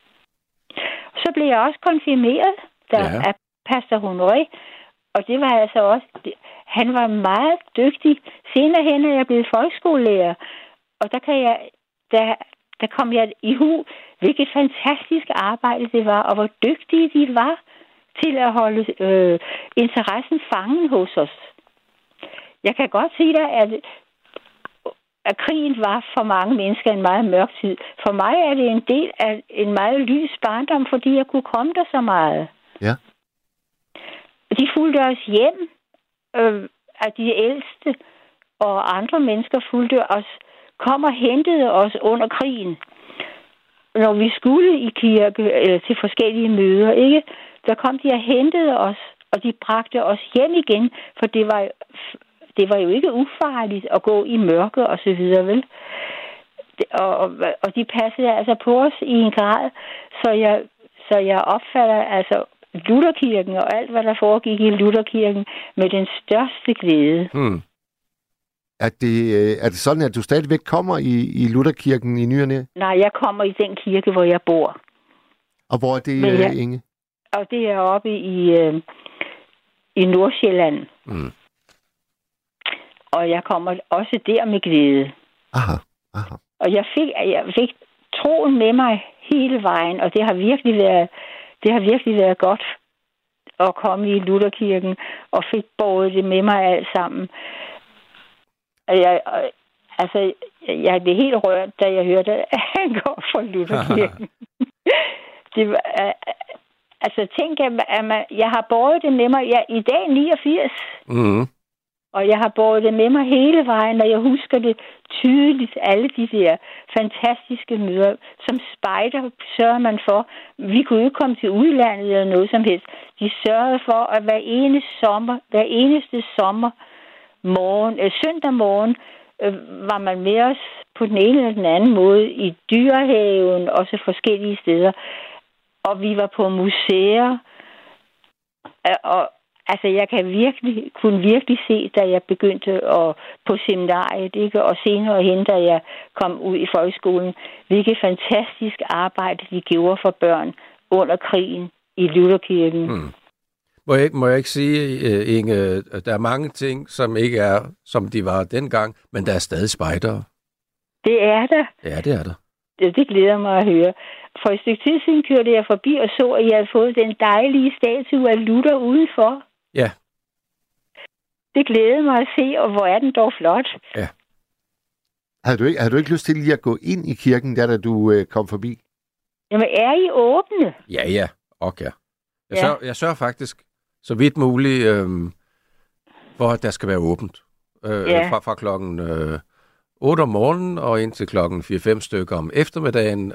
Så blev jeg også konfirmeret af pastor Honoré, og det var altså også, han var meget dygtig. Senere hen er jeg blevet folkeskolelærer, og der kom jeg i hu, hvilket fantastisk arbejde det var, og hvor dygtige de var til at holde interessen fangen hos os. Jeg kan godt sige dig, at krigen var for mange mennesker en meget mørk tid. For mig er det en del af en meget lys barndom, fordi jeg kunne komme der så meget. Ja. De fulgte os hjem, at de ældste og andre mennesker fulgte os, kom og hentede os under krigen. Når vi skulle i kirke eller til forskellige møder, ikke? Der kom de og hentede os, og de bragte os hjem igen, for det var jo ikke ufarligt at gå i mørke og så videre, vel? Og de passede altså på os i en grad, så jeg opfatter altså Lutherkirken og alt, hvad der foregik i Lutherkirken, med den største glæde. Er det sådan, at du stadigvæk kommer i Lutherkirken i ny og næ? Nej, jeg kommer i den kirke, hvor jeg bor. Og hvor er det, Inge? Og det er oppe i Nordsjælland. Og jeg kommer også der med glæde. Aha. Og jeg fik troen med mig hele vejen, og det har virkelig været godt at komme i Lutherkirken, og fik båret det med mig alt sammen. Jeg blev helt rørt, da jeg hørte, at han går fra Lutherkirken. Det var, tænk, at jeg har båret det med mig. I dag 89. Og jeg har båret det med mig hele vejen, og jeg husker det tydeligt, alle de der fantastiske møder. Som spejder sørger man for. Vi kunne ikke komme til udlandet eller noget som helst. De sørgede for, at hver eneste sommer søndag morgen, var man med os på den ene eller den anden måde i Dyrehaven og så forskellige steder. Og vi var på museer. Og altså, jeg kunne virkelig se, da jeg begyndte på seminariet, ikke? Og senere hen, da jeg kom ud i folkeskolen, hvilket fantastisk arbejde de gjorde for børn under krigen i Lutherkirken. Må jeg ikke sige, Inge, der er mange ting, som ikke er, som de var dengang, men der er stadig spejdere. Det er der. Ja, det er der. Det glæder mig at høre. For et stykke tid siden kørte jeg forbi og så, at jeg havde fået den dejlige statue af Luther udenfor. Ja. Det glæder mig at se, og hvor er den dog flot. Ja. Havde du ikke lyst til lige at gå ind i kirken, da du kom forbi? Jamen, er I åbne? Ja. Okay. Jeg sørger faktisk så vidt muligt, hvor der skal være åbent. Fra klokken 8 om morgenen og indtil klokken 4-5 stykker om eftermiddagen.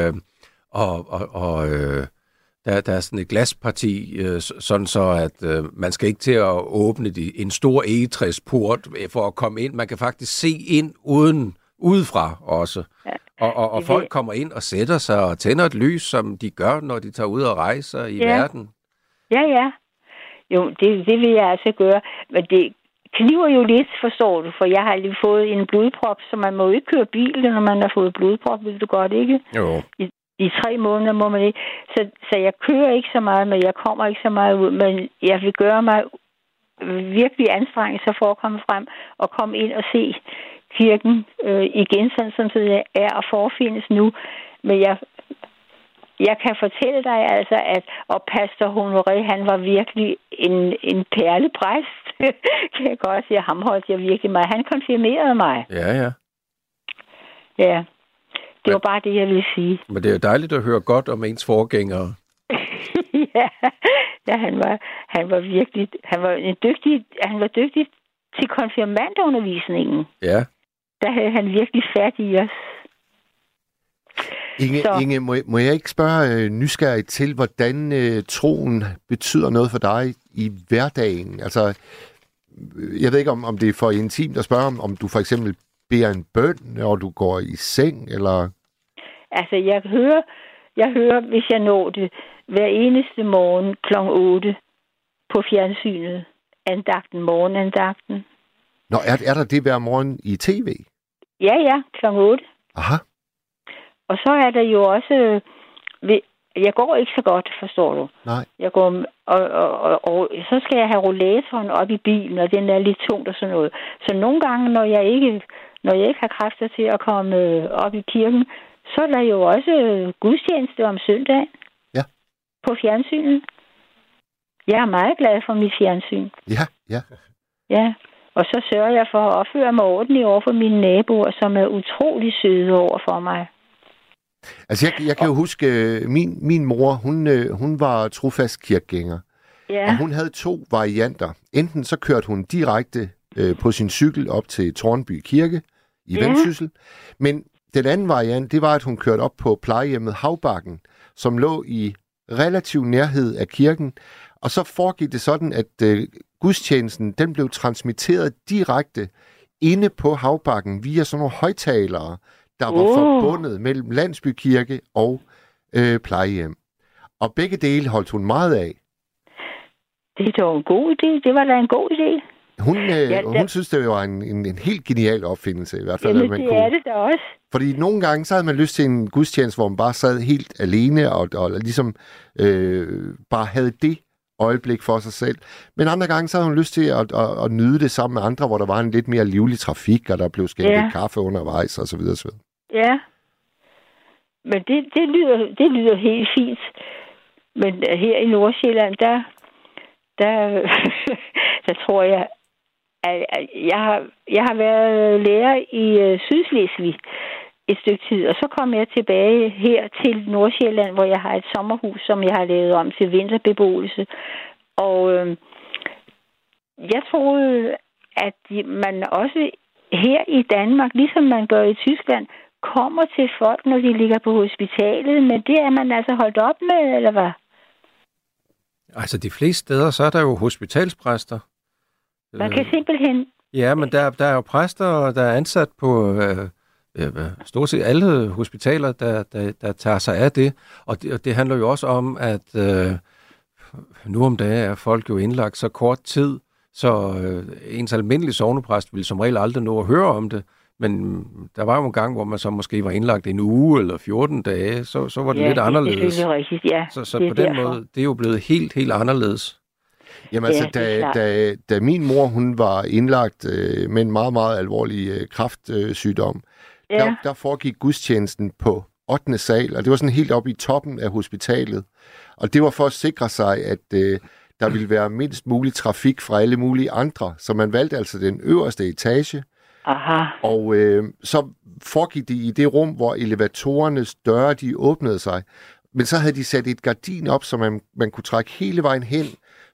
Der er sådan et glasparti, sådan så, at man skal ikke til at åbne en stor egetræsport for at komme ind. Man kan faktisk se ind udefra også. Ja. Og folk kommer ind og sætter sig og tænder et lys, som de gør, når de tager ud og rejser i verden. Ja. Jo, det vil jeg altså gøre. Men det kniver jo lidt, forstår du, for jeg har lige fået en blodprop, så man må jo ikke køre bil, når man har fået blodprop, vil du godt, ikke? Jo. I 3 måneder må man ikke. Så jeg kører ikke så meget, men jeg kommer ikke så meget ud. Men jeg vil gøre mig virkelig anstrengelser for at komme frem og komme ind og se kirken igen, sådan som det er og forfindes nu. Men jeg kan fortælle dig altså, at pastor Honoré, han var virkelig en perlepræst. Kan jeg godt sige, ham holdt jeg virkelig meget. Han konfirmerede mig. Ja. Ja. Det var bare det, jeg ville sige. Men det er jo dejligt at høre godt om ens forgængere. Ja, han var virkelig, han var dygtig til konfirmandundervisningen. Ja. Der havde han virkelig fat i os. Inge, må jeg ikke spørge nysgerrigt til, hvordan troen betyder noget for dig i hverdagen? Altså, jeg ved ikke, om det er for intimt at spørge, om du for eksempel beder en bøn, når du går i seng, eller? Altså, jeg hører, hvis jeg når det, hver eneste morgen kl. 8 på fjernsynet. Morgenandagten. Nå, er der det hver morgen i tv? Ja, kl. 8. Aha. Og så er der jo også... Jeg går ikke så godt, forstår du. Nej. Jeg går, og så skal jeg have rollatoren op i bilen, og den er lidt tungt og sådan noget. Så nogle gange, når jeg ikke har kræfter til at komme op i kirken, så er der jo også gudstjeneste om søndagen. Ja. På fjernsynet. Jeg er meget glad for mit fjernsyn. Ja. Ja, og så sørger jeg for at opføre mig ordentligt over for mine naboer, som er utrolig søde over for mig. Altså, jeg kan jo huske, min mor, hun var trofast kirkegænger. Ja. Og hun havde 2 varianter. Enten så kørte hun direkte på sin cykel op til Tårnby Kirke i Vendsyssel. Men den anden variant, det var, at hun kørte op på plejehjemmet Havbakken, som lå i relativ nærhed af kirken. Og så foregik det sådan, at gudstjenesten, den blev transmitteret direkte inde på Havbakken via sådan nogle højttalere, der var forbundet mellem landsbykirke og plejehjem. Og begge dele holdt hun meget af. Det er dog en god idé. Det var da en god idé. Hun synes, det var en helt genial opfindelse. I hvert fald, jamen, det er det da også. Fordi nogle gange, så havde man lyst til en gudstjeneste, hvor man bare sad helt alene og ligesom bare havde det øjeblik for sig selv. Men andre gange, så havde hun lyst til at nyde det sammen med andre, hvor der var en lidt mere livlig trafik, og der blev skænket kaffe undervejs, og så videre, så videre. Ja. Men det lyder helt fint. Men her i Nordsjælland, der tror jeg, at jeg har været lærer i Sydslesvig et stykke tid, og så kom jeg tilbage her til Nordsjælland, hvor jeg har et sommerhus, som jeg har lavet om til vinterbeboelse. Og jeg troede, at man også her i Danmark, ligesom man gør i Tyskland, kommer til folk, når de ligger på hospitalet, men det er man altså holdt op med, eller hvad? Altså de fleste steder, så er der jo hospitalspræster. Man kan simpelthen... Ja, men der er jo præster, der er ansat på stort set alle hospitaler, der tager sig af det. Og det handler jo også om, at nu om dagen er folk jo indlagt så kort tid, så ens almindelige sognepræst ville som regel aldrig nå at høre om det. Men der var jo en gang, hvor man så måske var indlagt en uge eller 14 dage, så var det lidt anderledes. Det er rigtigt, ja. Så på den måde, det er jo blevet helt, helt anderledes. Jamen altså, da min mor, hun var indlagt med en meget, meget alvorlig kræftsygdom, der foregik gudstjenesten på 8. sal, og det var sådan helt oppe i toppen af hospitalet. Og det var for at sikre sig, at der ville være mindst mulig trafik fra alle mulige andre, så man valgte altså den øverste etage. Aha. Og så foregik det i det rum, hvor elevatorernes døre, de åbnede sig. Men så havde de sat et gardin op, så man kunne trække hele vejen hen,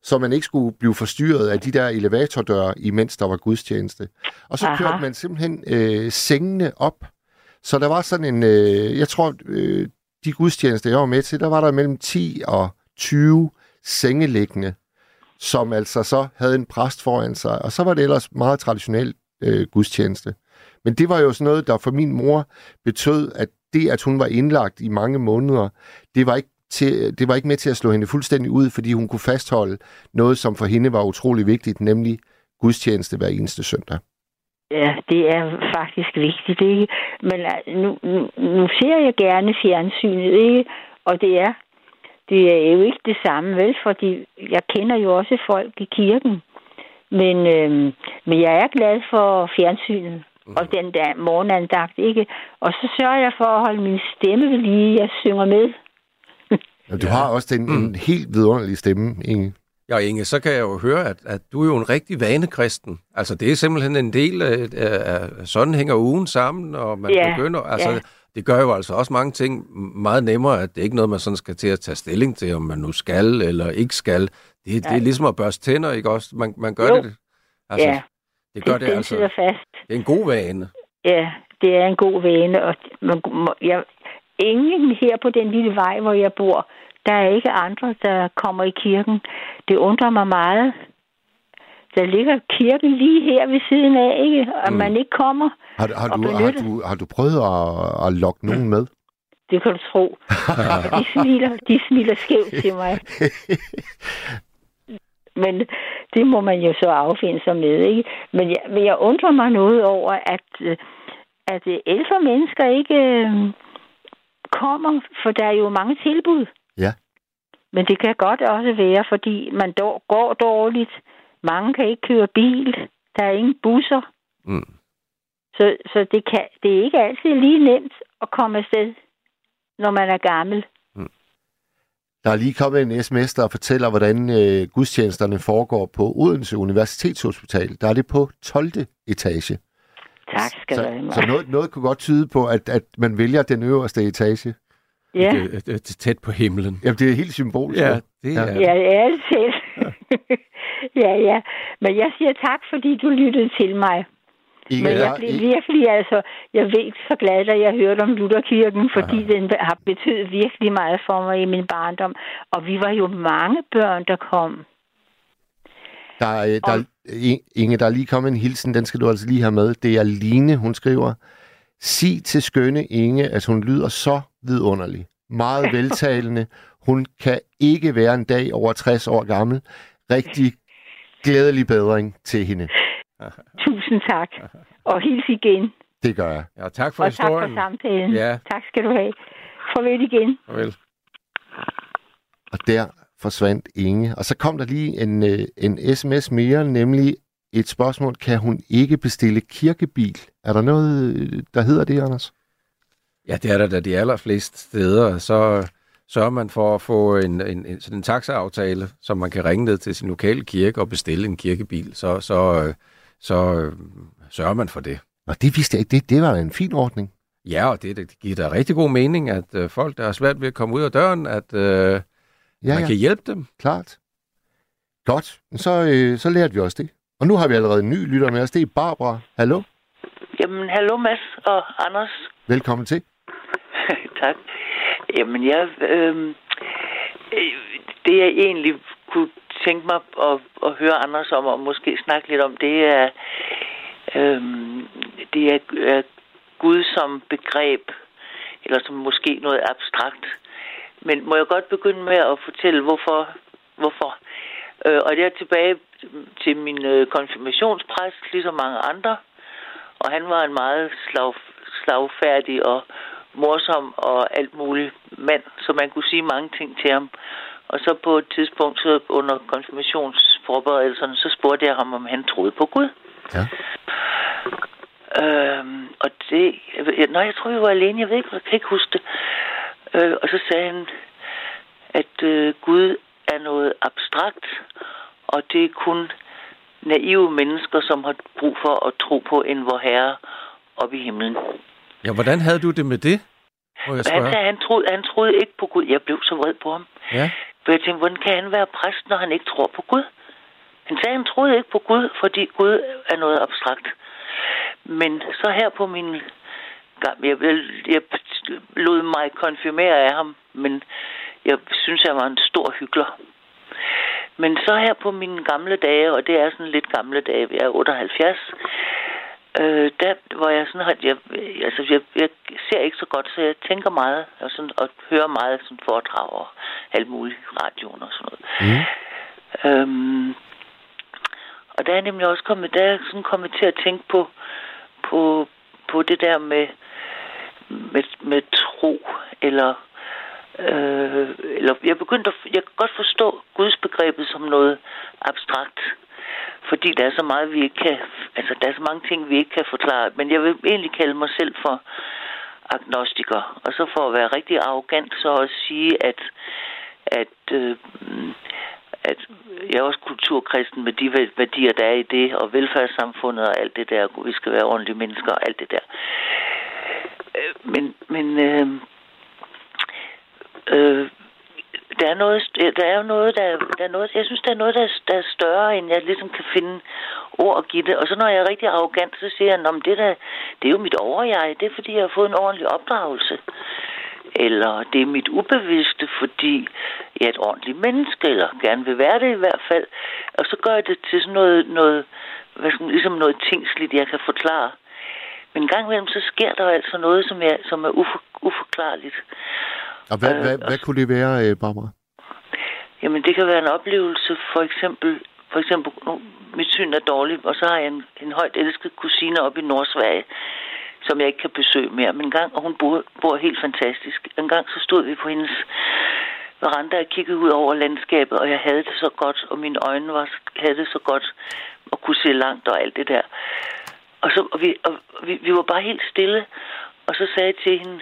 så man ikke skulle blive forstyrret af de der elevatordøre, imens der var gudstjeneste. Og så kørte man simpelthen sengene op. Så der var sådan en, jeg tror, de gudstjenester, jeg var med til, der var der mellem 10 og 20 sengeliggende, som altså så havde en præst foran sig. Og så var det ellers meget traditionelt gudstjeneste. Men det var jo sådan noget, der for min mor betød, at det, at hun var indlagt i mange måneder, det var ikke med til at slå hende fuldstændig ud, fordi hun kunne fastholde noget, som for hende var utrolig vigtigt, nemlig gudstjeneste hver eneste søndag. Ja, det er faktisk vigtigt, ikke? Men nu ser jeg gerne fjernsynet, ikke? Og det er jo ikke det samme, vel? Fordi jeg kender jo også folk i kirken. Men jeg er glad for fjernsynet. Og den der morgenandagt, ikke? Og så sørger jeg for at holde min stemme ved lige. Jeg synger med. Du har også en helt vidunderlig stemme, Inge. Ja, Inge, så kan jeg jo høre, at du er jo en rigtig vanekristen. Altså, det er simpelthen en del af sådan hænger ugen sammen, og man begynder... Altså, det gør jo altså også mange ting meget nemmere, at det ikke er noget, man sådan skal til at tage stilling til, om man nu skal eller ikke skal. Det er ligesom at børste tænder, ikke også? Man gør det. Altså, det gør det altså. Fast. Det er en god vane. Ja, det er en god vane, og ingen her på den lille vej, hvor jeg bor, der er ikke andre, der kommer i kirken. Det undrer mig meget. Der ligger kirken lige her ved siden af, ikke? Og man ikke kommer. Har du prøvet at lokke nogen med? Det kan du tro. De smiler skævt til mig. Men det må man jo så affinde sig med, ikke? Men jeg undrer mig noget over, at ældre mennesker ikke kommer, for der er jo mange tilbud. Ja. Men det kan godt også være, fordi man går dårligt. Mange kan ikke køre bil. Der er ingen busser. Så det er ikke altid lige nemt at komme afsted, når man er gammel. Der er lige kommet en sms, der fortæller, hvordan gudstjenesterne foregår på Odense Universitetshospital. Der er det på 12. etage. Tak skal du have. Så noget kunne godt tyde på, at man vælger den øverste etage. Ja. Det er tæt på himlen. Jamen, det er helt symbolisk. Ja, det er Ja, altid. ja. Men jeg siger tak, fordi du lyttede til mig. Men jeg blev virkelig, jeg blev så glad, da jeg hørte om Lutherkirken, fordi den har betydet virkelig meget for mig i min barndom. Og vi var jo mange børn, der kom. Inge, der er lige kommet en hilsen, den skal du altså lige have med. Det er Line, hun skriver: sig til skønne Inge, at hun lyder så vidunderlig. Meget veltalende. Hun kan ikke være en dag over 60 år gammel. Rigtig glædelig bedring til hende. Tusind tak. Og hils igen. Det gør jeg. Ja, tak for historien. Og tak for samtalen. Ja. Tak skal du have. Farvel igen. Farvel. Og der forsvandt Inge. Og så kom der lige en sms mere, nemlig et spørgsmål: kan hun ikke bestille kirkebil? Er der noget, der hedder det, Anders? Ja, det er der da de allerfleste steder. Så sørger man for at få sådan en taxaaftale, som man kan ringe ned til sin lokale kirke og bestille en kirkebil. Så sørger man for det. Og det vidste jeg ikke. Det var en fin ordning. Ja, og det giver da rigtig god mening, at folk, der er svært ved at komme ud af døren, at man kan hjælpe dem. Klart. Godt. Så lærte vi også det. Og nu har vi allerede en ny lytter med os. Det er Barbara. Hallo? Jamen, hallo Mads og Anders. Velkommen til. Tak. Jamen, det jeg egentlig kunne tænke mig at høre Anders om, og måske snakke lidt om, det er Gud som begreb, eller som måske noget abstrakt. Men må jeg godt begynde med at fortælle, hvorfor? Og det er tilbage til min konfirmationspræst, ligesom mange andre. Og han var en meget slagfærdig og morsom og alt muligt mand, så man kunne sige mange ting til ham. Og så på et tidspunkt, så under konfirmationsforberedelserne, så spurgte jeg ham, om han troede på Gud. Ja. Og det... jeg tror, jeg var alene. Jeg ved ikke, jeg kan ikke huske det. Og så sagde han, at Gud er noget abstrakt, og det er kun naive mennesker, som har brug for at tro på en Vorherre oppe i himlen. Ja, hvordan havde du det med det? Han troede ikke på Gud. Jeg blev så vred på ham. Ja. For jeg tænkte, hvordan kan han være præst, når han ikke tror på Gud? Han sagde, han troede ikke på Gud, fordi Gud er noget abstrakt. Men så her på min... Jeg lod mig konfirmere af ham, men jeg synes, jeg var en stor hyggelig. Men så her på mine gamle dage, og det er sådan lidt gamle dage, jeg er 78, der hvor jeg sådan jeg ser ikke så godt, så jeg tænker meget og hører meget sådan foredrag og alt muligt radioen og sådan noget. Og der er nemlig også kommet til at tænke på det der med tro eller jeg kan godt forstå Guds begrebet som noget abstrakt, fordi der er så meget vi ikke kan, der er så mange ting vi ikke kan forklare, men jeg vil egentlig kalde mig selv for agnostiker, og så for at være rigtig arrogant så også sige at jeg er også kulturkristen med de værdier der er i det, og velfærdssamfundet og alt det der, vi skal være ordentlige mennesker og alt det der. Jeg synes, der er noget, der er større, end jeg ligesom kan finde ord og give det. Og så når jeg er rigtig arrogant, så siger jeg, det er jo mit overjeg, det er fordi, jeg har fået en ordentlig opdragelse. Eller det er mit ubevidste, fordi jeg er et ordentligt menneske, eller gerne vil være det i hvert fald. Og så gør jeg det til sådan noget ligesom noget tingsligt, jeg kan forklare. Men en gang imellem, så sker der altså noget, som er uforklarligt. Og hvad kunne det være, Barbara? Jamen, det kan være en oplevelse, for eksempel mit syn er dårligt, og så har jeg en højt elsket kusine oppe i Nordsverige, som jeg ikke kan besøge mere. Men en gang, og hun bor helt fantastisk. En gang så stod vi på hendes veranda og kiggede ud over landskabet, og jeg havde det så godt, og mine øjne havde det så godt, og kunne se langt og alt det der. Og vi var bare helt stille, og så sagde jeg til hende,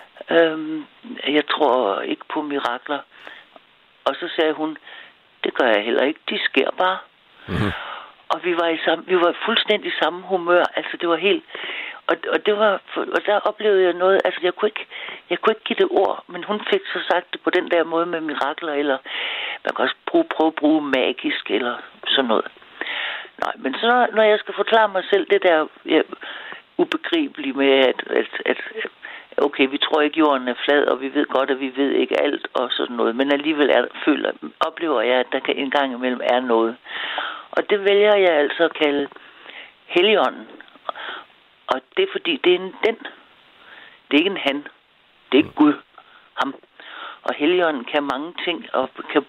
jeg tror ikke på mirakler. Og så sagde hun, det gør jeg heller ikke, de sker bare. Mm-hmm. Og vi var fuldstændig samme humør, altså det var helt... Og der oplevede jeg noget, altså jeg kunne ikke give det ord, men hun fik så sagt det på den der måde med mirakler, eller man kan også prøve at bruge magisk, eller sådan noget. Nej, men så når jeg skal forklare mig selv det der ubegribelige med, at okay, vi tror ikke, jorden er flad, og vi ved godt, at vi ved ikke alt, og sådan noget, men alligevel oplever jeg, at der en gang imellem er noget. Og det vælger jeg altså at kalde Helligånden. Og det er fordi, det er en den. Det er ikke en han. Det er ikke Gud. Ham. Og Helligånden kan mange ting, og kan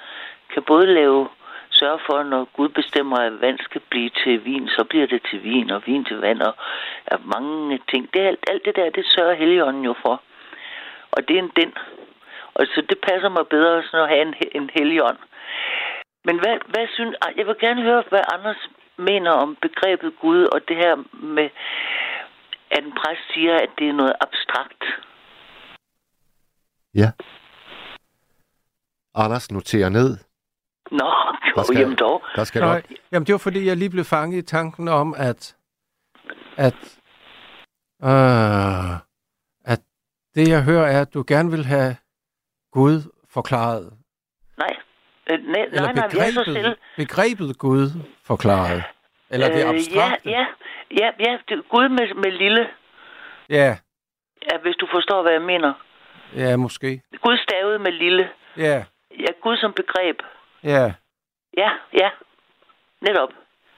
både sørge for, når Gud bestemmer, at vand skal blive til vin, så bliver det til vin, og vin til vand, og mange ting. Det er alt det der, det sørger Helligånden jo for. Og det er en den. Og så det passer mig bedre sådan at have en Helligånd. Men hvad synes... Jeg vil gerne høre, hvad Anders mener om begrebet Gud, og det her med, at en præst siger, at det er noget abstrakt. Ja. Anders noterer ned. Nå, jamen dog. Jamen, det var fordi, jeg lige blev fanget i tanken om, at det, jeg hører, er, at du gerne vil have Gud forklaret. Nej, begrebet Gud forklaret. Eller det abstrakte. Ja, det er Gud med lille. Ja. Ja, hvis du forstår, hvad jeg mener. Ja, måske. Gud stavet med lille. Ja. Ja, Gud som begreb. Ja. Ja. Netop.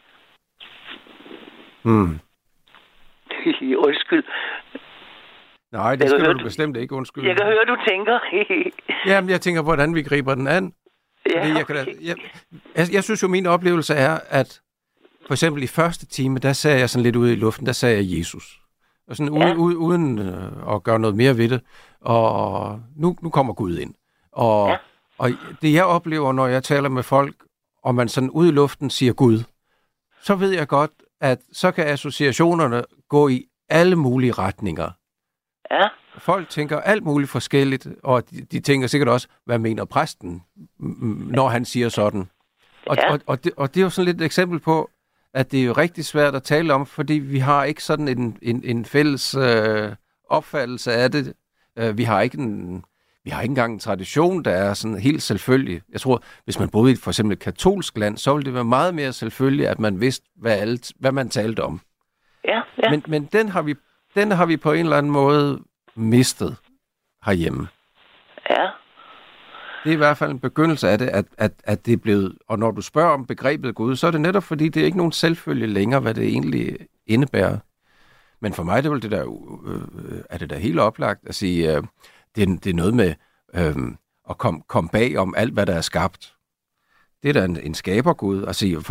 Undskyld. Nej, det skal du bestemt ikke undskylde. Jeg kan høre, du tænker. Jamen, jeg tænker, hvordan vi griber den an. Ja, jeg synes jo, min oplevelse er, at for eksempel i første time, der sagde jeg sådan lidt ude i luften, der sagde jeg Jesus. Og sådan uden at gøre noget mere ved det. Og nu kommer Gud ind. Og det jeg oplever, når jeg taler med folk, og man sådan ude i luften siger Gud, så ved jeg godt, at så kan associationerne gå i alle mulige retninger. Ja. Folk tænker alt muligt forskelligt, og de tænker sikkert også, hvad mener præsten, når han siger sådan. Og det er jo sådan lidt et eksempel på, at det er jo rigtig svært at tale om, fordi vi har ikke sådan en fælles opfattelse af det. Vi har ikke vi har ikke engang en tradition, der er sådan helt selvfølgelig. Jeg tror, hvis man boede i for eksempel et katolsk land, så ville det være meget mere selvfølgeligt, at man vidste, hvad man talte om. Ja. Men den har vi på en eller anden måde mistet herhjemme. Ja. Det er i hvert fald en begyndelse af det, at det er blevet... Og når du spørger om begrebet Gud, så er det netop, fordi det er ikke nogen selvfølge længere, hvad det egentlig indebærer. Men for mig er det der helt oplagt at sige, det er noget med at komme bag om alt, hvad der er skabt. Det er da en skabergud at sige,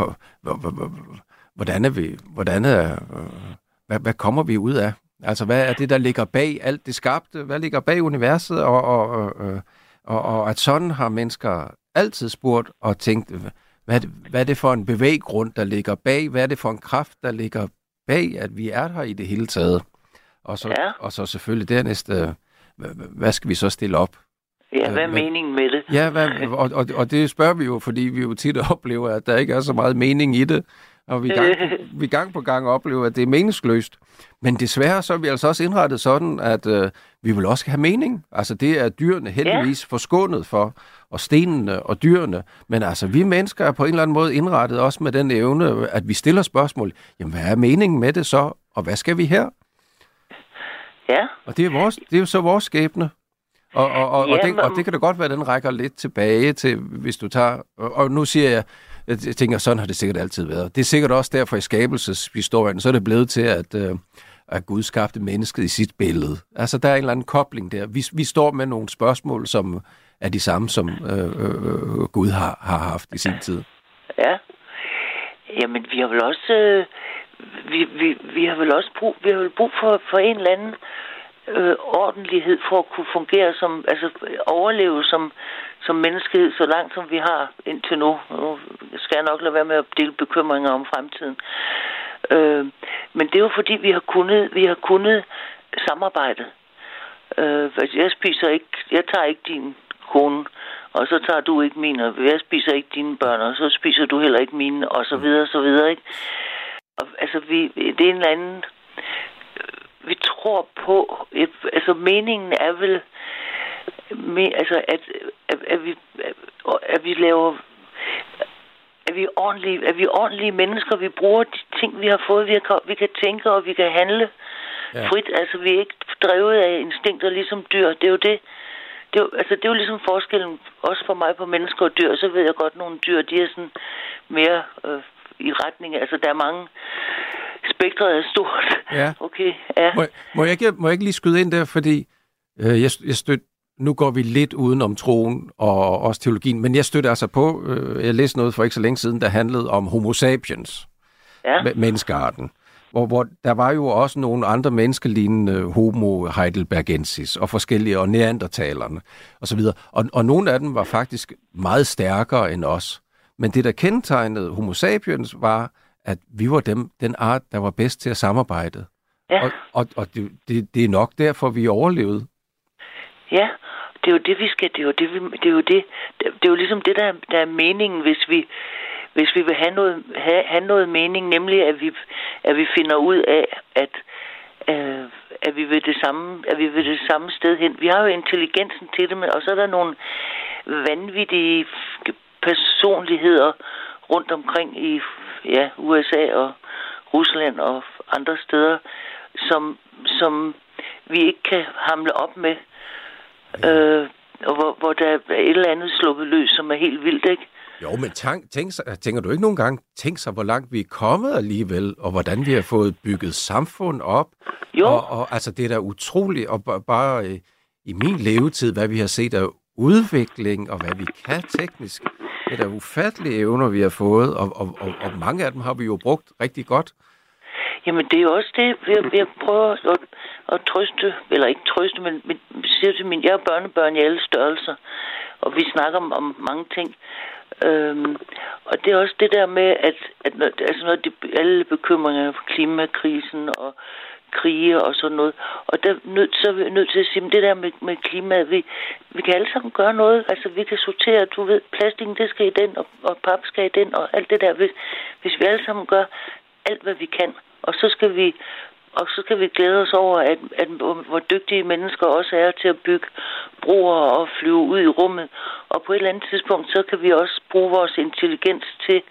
hvad kommer vi ud af? Altså, hvad er det, der ligger bag alt det skabte? Hvad ligger bag universet? Og at sådan har mennesker altid spurgt og tænkt, hvad er det for en bevæggrund, der ligger bag? Hvad er det for en kraft, der ligger bag, at vi er her i det hele taget? Og så selvfølgelig dernæst, hvad skal vi så stille op? Ja, hvad er meningen med det? Ja, og det spørger vi jo, fordi vi jo tit oplever, at der ikke er så meget mening i det. Og vi gang på gang oplever, at det er meningsløst. Men desværre så er vi altså også indrettet sådan, at vi vil også have mening. Altså det er dyrene heldigvis forskånet for, og stenene og dyrene. Men altså vi mennesker er på en eller anden måde indrettet også med den evne, at vi stiller spørgsmål. Jamen hvad er meningen med det så? Og hvad skal vi her? Ja. Og det er jo så vores skæbne. Og det kan da godt være, at den rækker lidt tilbage til, hvis du tager... Og nu siger jeg tænker, sådan har det sikkert altid været. Det er sikkert også derfor i skabelseshistorien, så er det blevet til, at Gud skabte mennesket i sit billede. Altså, der er en eller anden kobling der. Vi står med nogle spørgsmål, som er de samme, som Gud har haft i sin tid. Ja. Jamen, vi har vel også... Vi har vel også brug for en eller anden ordentlighed for at kunne fungere som, altså overleve som menneskehed så langt som vi har indtil nu. Nu skal jeg nok lade være med at dele bekymringer om fremtiden. Men det er jo fordi vi har kunnet samarbejde. Jeg tager ikke din kone, og så tager du ikke min, og jeg spiser ikke dine børn, og så spiser du heller ikke mine, og så videre, ikke? Og, altså det er en eller anden vi tror på, altså meningen er vel, altså at vi laver, at vi er ordentlige mennesker, vi bruger de ting, vi har fået, vi kan tænke, og vi kan handle frit, altså vi er ikke drevet af instinkter ligesom dyr, det er jo det. Det er jo ligesom forskellen, også for mig på mennesker og dyr, så ved jeg godt, nogle dyr, de er sådan mere i retning, altså der er mange, spektret er stort. Ja. Okay, ja. Må jeg ikke lige skyde ind der, fordi nu går vi lidt uden om troen og også teologien, men jeg støtter altså på, jeg læste noget for ikke så længe siden, der handlede om homo sapiens, menneskearten. Hvor der var jo også nogle andre menneskelignende homo heidelbergensis og forskellige, og neandertalerne osv. Og nogle af dem var faktisk meget stærkere end os. Men det, der kendetegnede homo sapiens, var, at vi var den art, der var bedst til at samarbejde. Ja. Og det er nok derfor, vi overlevede. Ja, det er jo det, vi skal. Det er jo ligesom det, der er meningen, hvis vi vil have noget mening, nemlig at vi finder ud af, at vi vil det samme sted hen. Vi har jo intelligensen til det, og så er der nogle vanvittige personligheder rundt omkring i USA og Rusland og andre steder, som vi ikke kan hamle op med, og hvor der er et eller andet sluppet løs, som er helt vildt, ikke? Jo, men tænker du ikke nogle gange, hvor langt vi er kommet alligevel, og hvordan vi har fået bygget samfund op? Jo. Og altså, det er da utroligt, og bare i min levetid, hvad vi har set af udvikling, og hvad vi kan teknisk. Det er da ufattelige evner, vi har fået, og mange af dem har vi jo brugt rigtig godt. Jamen, det er jo også det, jeg prøver at trøste, eller ikke trøste, men siger til jeg har børnebørn i alle størrelser, og vi snakker om mange ting. Og det er også det der med, at når alle bekymringer for klimakrisen og krige og sådan noget, og der så er vi nødt til at sige, det der med klimaet, vi kan alle sammen gøre noget, altså vi kan sortere, du ved, plastikken det skal i den, og pap skal i den, og alt det der, hvis vi alle sammen gør alt, hvad vi kan, og så skal vi Og så kan vi glæde os over, at hvor dygtige mennesker også er til at bygge broer og flyve ud i rummet. Og på et eller andet tidspunkt, så kan vi også bruge vores intelligens til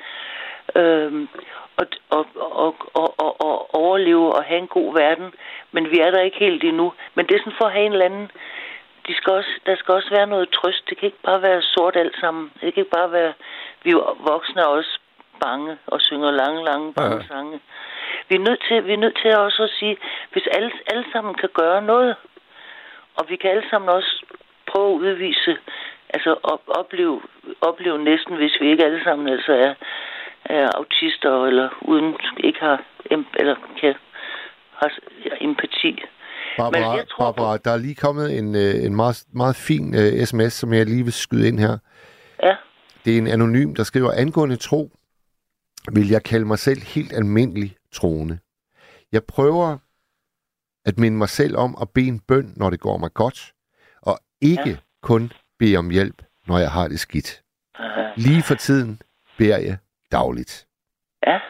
at overleve og have en god verden. Men vi er der ikke helt endnu. Men det er sådan for at have en eller anden... Der skal også være noget trøst. Det kan ikke bare være sort alt sammen. Det kan ikke bare være... Vi voksne er også bange og synger lange bange sange. Vi er nødt til også at sige, hvis alle sammen kan gøre noget, og vi kan alle sammen også prøve at udvise, altså opleve næsten, hvis vi ikke alle sammen altså er autister, eller uden ikke har, eller kan have empati. Barbara, der er lige kommet en meget, meget fin sms, som jeg lige vil skyde ind her. Ja. Det er en anonym, der skriver, angående tro, vil jeg kalde mig selv helt almindelig troende. Jeg prøver at minde mig selv om at bede en bøn, når det går mig godt, og ikke kun bede om hjælp, når jeg har det skidt. Lige for tiden beder jeg dagligt. Ja.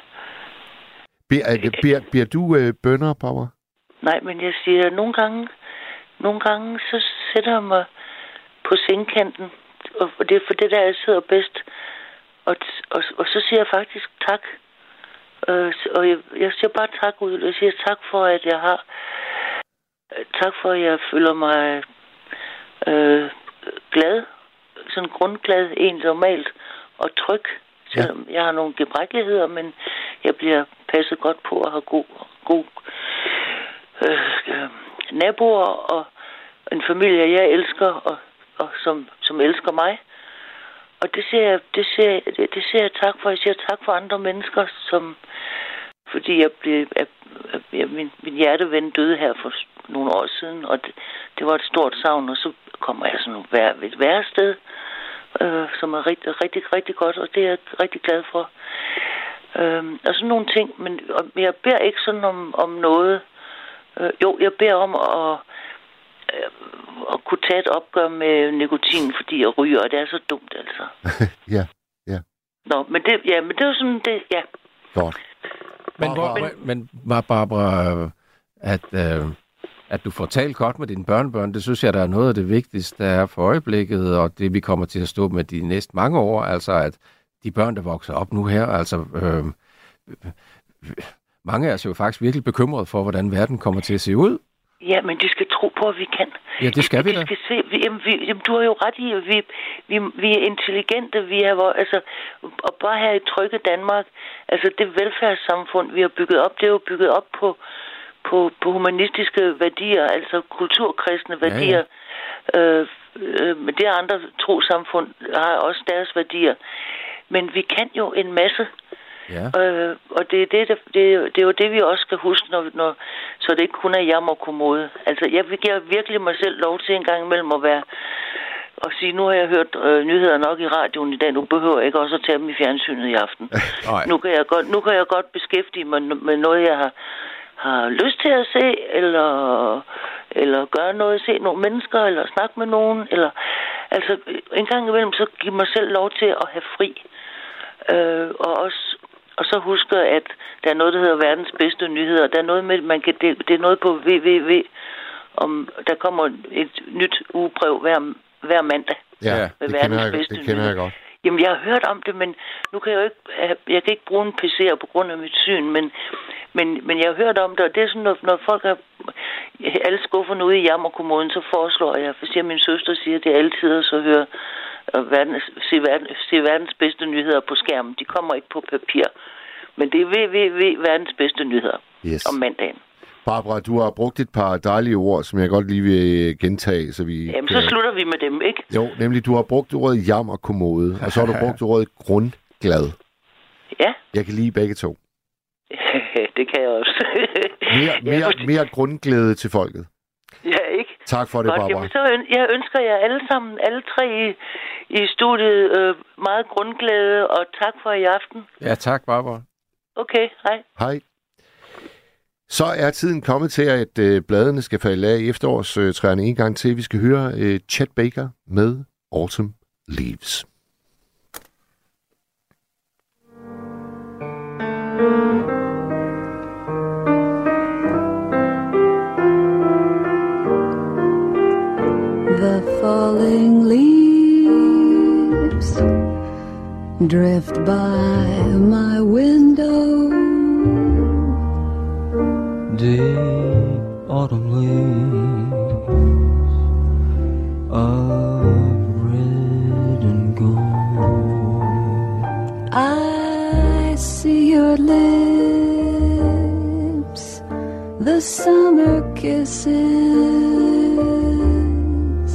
Beder du bønner, Barbara? Nej, men jeg siger, nogle gange så sætter jeg mig på sengkanten, og det er for det der, jeg sidder bedst. Og så siger jeg faktisk tak. Og jeg siger bare tak ud. Jeg siger tak for, at jeg har... Tak for, at jeg føler mig glad. Sådan grundglad, en normalt. Og tryg. Selvom jeg har nogle gebrækkeligheder, men jeg bliver passet godt på at have god naboer og en familie, jeg elsker, og som elsker mig. Og det ser jeg tak for. Jeg siger tak for andre mennesker, fordi min hjerteven døde her for nogle år siden, og det var et stort savn, og så kommer jeg sådan et værested, som er rigtig, rigtig, rigtig godt, og det er jeg rigtig glad for. Og sådan nogle ting, men jeg beder ikke sådan om noget. Jeg beder om at kunne tage et opgør med nikotin, fordi jeg ryger, og det er så dumt, altså. Ja. Nå, men det er jo sådan, det, ja. Godt. Men Barbara, at du får talt godt med dine børnebørn, det synes jeg, der er noget af det vigtigste, der er for øjeblikket, og det vi kommer til at stå med de næste mange år, altså at de børn, der vokser op nu her, altså mange er jo faktisk virkelig bekymrede for, hvordan verden kommer til at se ud. Ja, men de skal tro på, at vi kan. Ja, det skal vi da. Jamen, du har jo ret i, at vi er intelligente. Vi er, altså, og bare her i trygge Danmark, altså det velfærdssamfund, vi har bygget op, det er jo bygget op på humanistiske værdier, altså kulturkristne værdier. Ja. Men det andre trosamfund har også deres værdier. Men vi kan jo en masse. Ja. Og det er jo det, vi også skal huske, så det ikke kun er jammer og kommode. Altså, jeg giver virkelig mig selv lov til en gang imellem at sige, nu har jeg hørt nyheder nok i radioen i dag, nu behøver jeg ikke også at tage dem i fjernsynet i aften. Nu kan jeg godt beskæftige mig med noget, jeg har lyst til at se, eller gøre noget, se nogle mennesker, eller snakke med nogen, eller altså en gang imellem så give mig selv lov til at have fri. Og så husker at der er noget, der hedder verdens bedste nyheder. Der er noget med, det er noget på www. Der kommer et nyt ugebrev hver mandag. Ja, med det kender jeg godt. Jamen, jeg har hørt om det, men nu kan jeg kan ikke bruge en PC på grund af mit syn, men jeg har hørt om det, og det er sådan, når folk har alle skufferne ude i jammerkommoden, så foreslår jeg, for min søster siger, at det er altid at så høre se verdens bedste nyheder på skærmen. De kommer ikke på papir. Men det er verdens bedste nyheder om mandagen. Barbara, du har brugt et par dejlige ord, som jeg godt lige vil gentage. Så slutter vi med dem, ikke? Jo, nemlig du har brugt ordet jammerkommode, og så har du brugt ordet grundglad. Ja. Jeg kan lide begge to. Det kan jeg også. mere grundglæde til folket. Ja, ikke? Tak for det, Barbara. Jamen, så jeg ønsker jer alle tre i studiet meget grundglæde, og tak for i aften. Ja, tak, Barbara. Okay, hej. Hej. Så er tiden kommet til, at bladene skal falde af efterårstræerne en gang til. Vi skal høre Chet Baker med Autumn Leaves. drift by my window. Deep autumn leaves of red and gold. I see your lips, the summer kisses,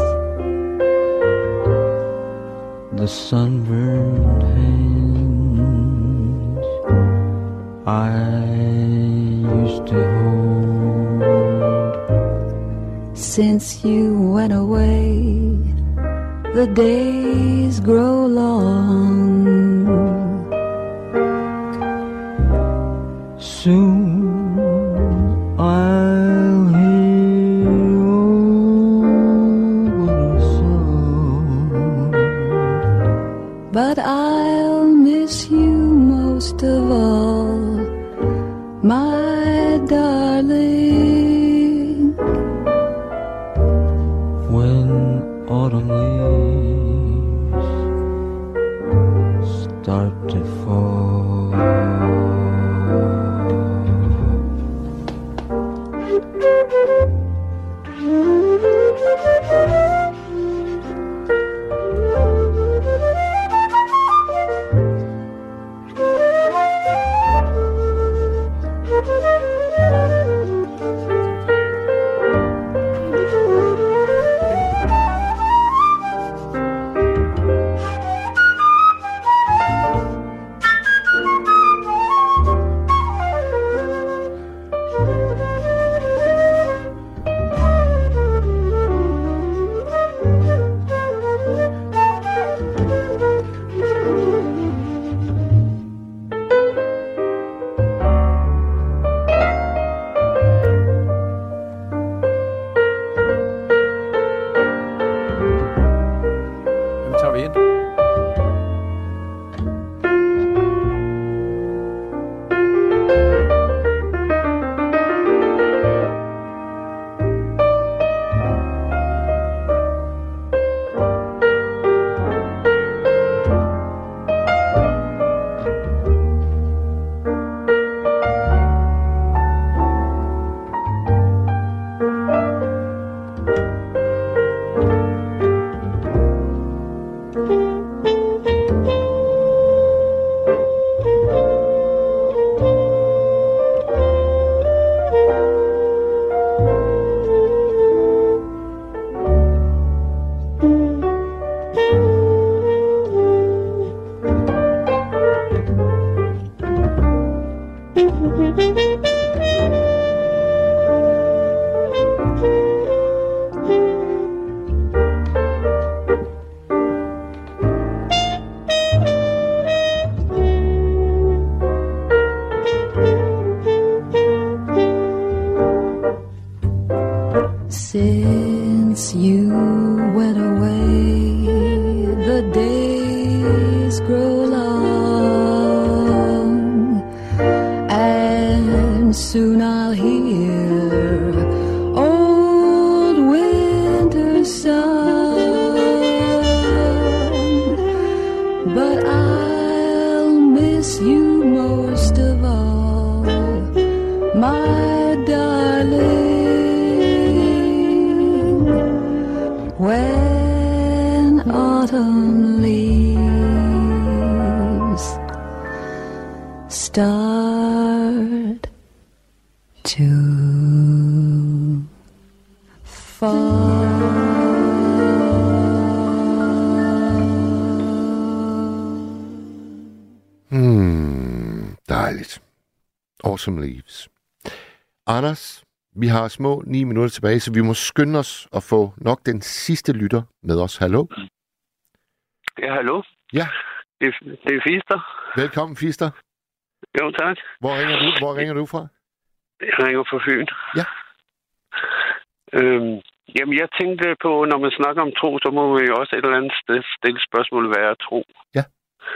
the sunburned hands I used to hold. Since you went away, the days grow long. Soon I'll hear old song, But I'll miss you most of all, my darling. when autumn leaves start to fall. Hvem tager vi ind? Since you went away, the days grow long, and soon I'll hear old winter song. But I'll miss you most of all, my darling. When autumn leaves start to Dejligt. Awesome Leaves. Anders, vi har små 9 minutter tilbage, så vi må skynde os at få nok den sidste lytter med os. Hallo? Ja, hallo. Ja. Det er Fister. Velkommen, Fister. Jo, tak. Hvor ringer du fra? Jeg ringer fra Fyn. Ja. Jamen, jeg tænkte på, når man snakker om tro, så må vi jo også et eller andet sted stille spørgsmål, hvad er tro? Ja.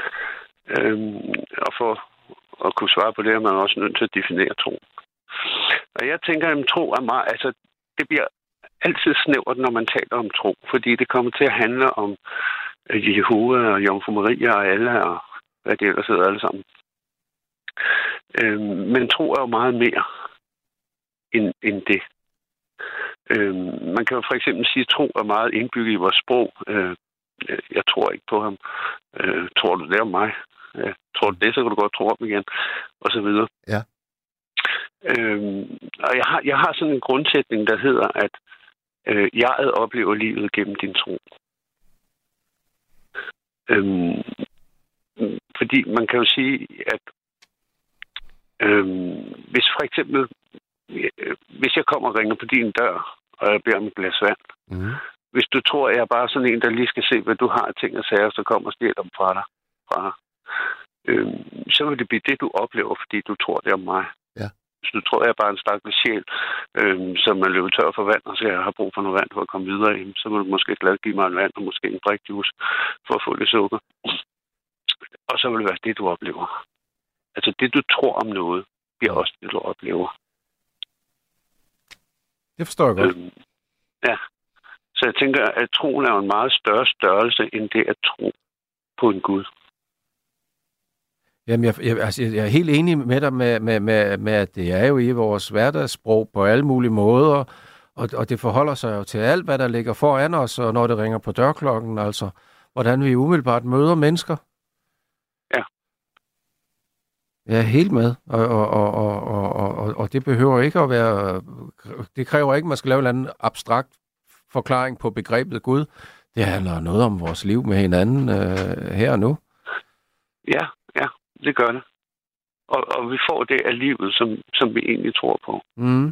Og for at kunne svare på det, er man også nødt til at definere tro. Og jeg tænker, at tro er meget... Altså, det bliver altid snævert, når man taler om tro, fordi det kommer til at handle om Jehova og Jomfru Maria og Allah og hvad de ellers hedder alle sammen. Men tro er jo meget mere end det. Man kan jo for eksempel sige, at tro er meget indbygget i vores sprog. Jeg tror ikke på ham. Tror du det om mig? Tror du det, så kan du godt tro om igen. Og så videre. Ja. Og jeg har sådan en grundsætning, der hedder, at jeg oplever livet gennem din tro. Fordi man kan jo sige, at hvis for eksempel, hvis jeg kommer og ringer på din dør, og jeg beder om et glas vand, hvis du tror, at jeg er bare sådan en, der lige skal se, hvad du har af ting og sager, så kommer og stjæler dem fra dig, så vil det blive det, du oplever, fordi du tror, det er om mig. Ja. Hvis du tror, jeg er bare en stakkels sjæl, som er løbet tør for vand, og så jeg har brug for noget vand for at komme videre, så vil du måske glad give mig en vand, og måske en brikjuice for at få lidt sukker. Og så vil det være det, du oplever. Altså det, du tror om noget, bliver også det, du oplever. Det forstår jeg godt. Ja. Så jeg tænker, at troen er en meget større størrelse, end det at tro på en Gud. Jamen, jeg er helt enig med dig med, at det er jo i vores hverdagssprog på alle mulige måder, og det forholder sig jo til alt, hvad der ligger foran os, og når det ringer på dørklokken, altså hvordan vi umiddelbart møder mennesker. Ja. Jeg er helt med, og det behøver ikke at være, det kræver ikke, at man skal lave en eller anden abstrakt forklaring på begrebet Gud. Det handler noget om vores liv med hinanden her og nu. Ja, det gør det. Og vi får det af livet, som vi egentlig tror på. Men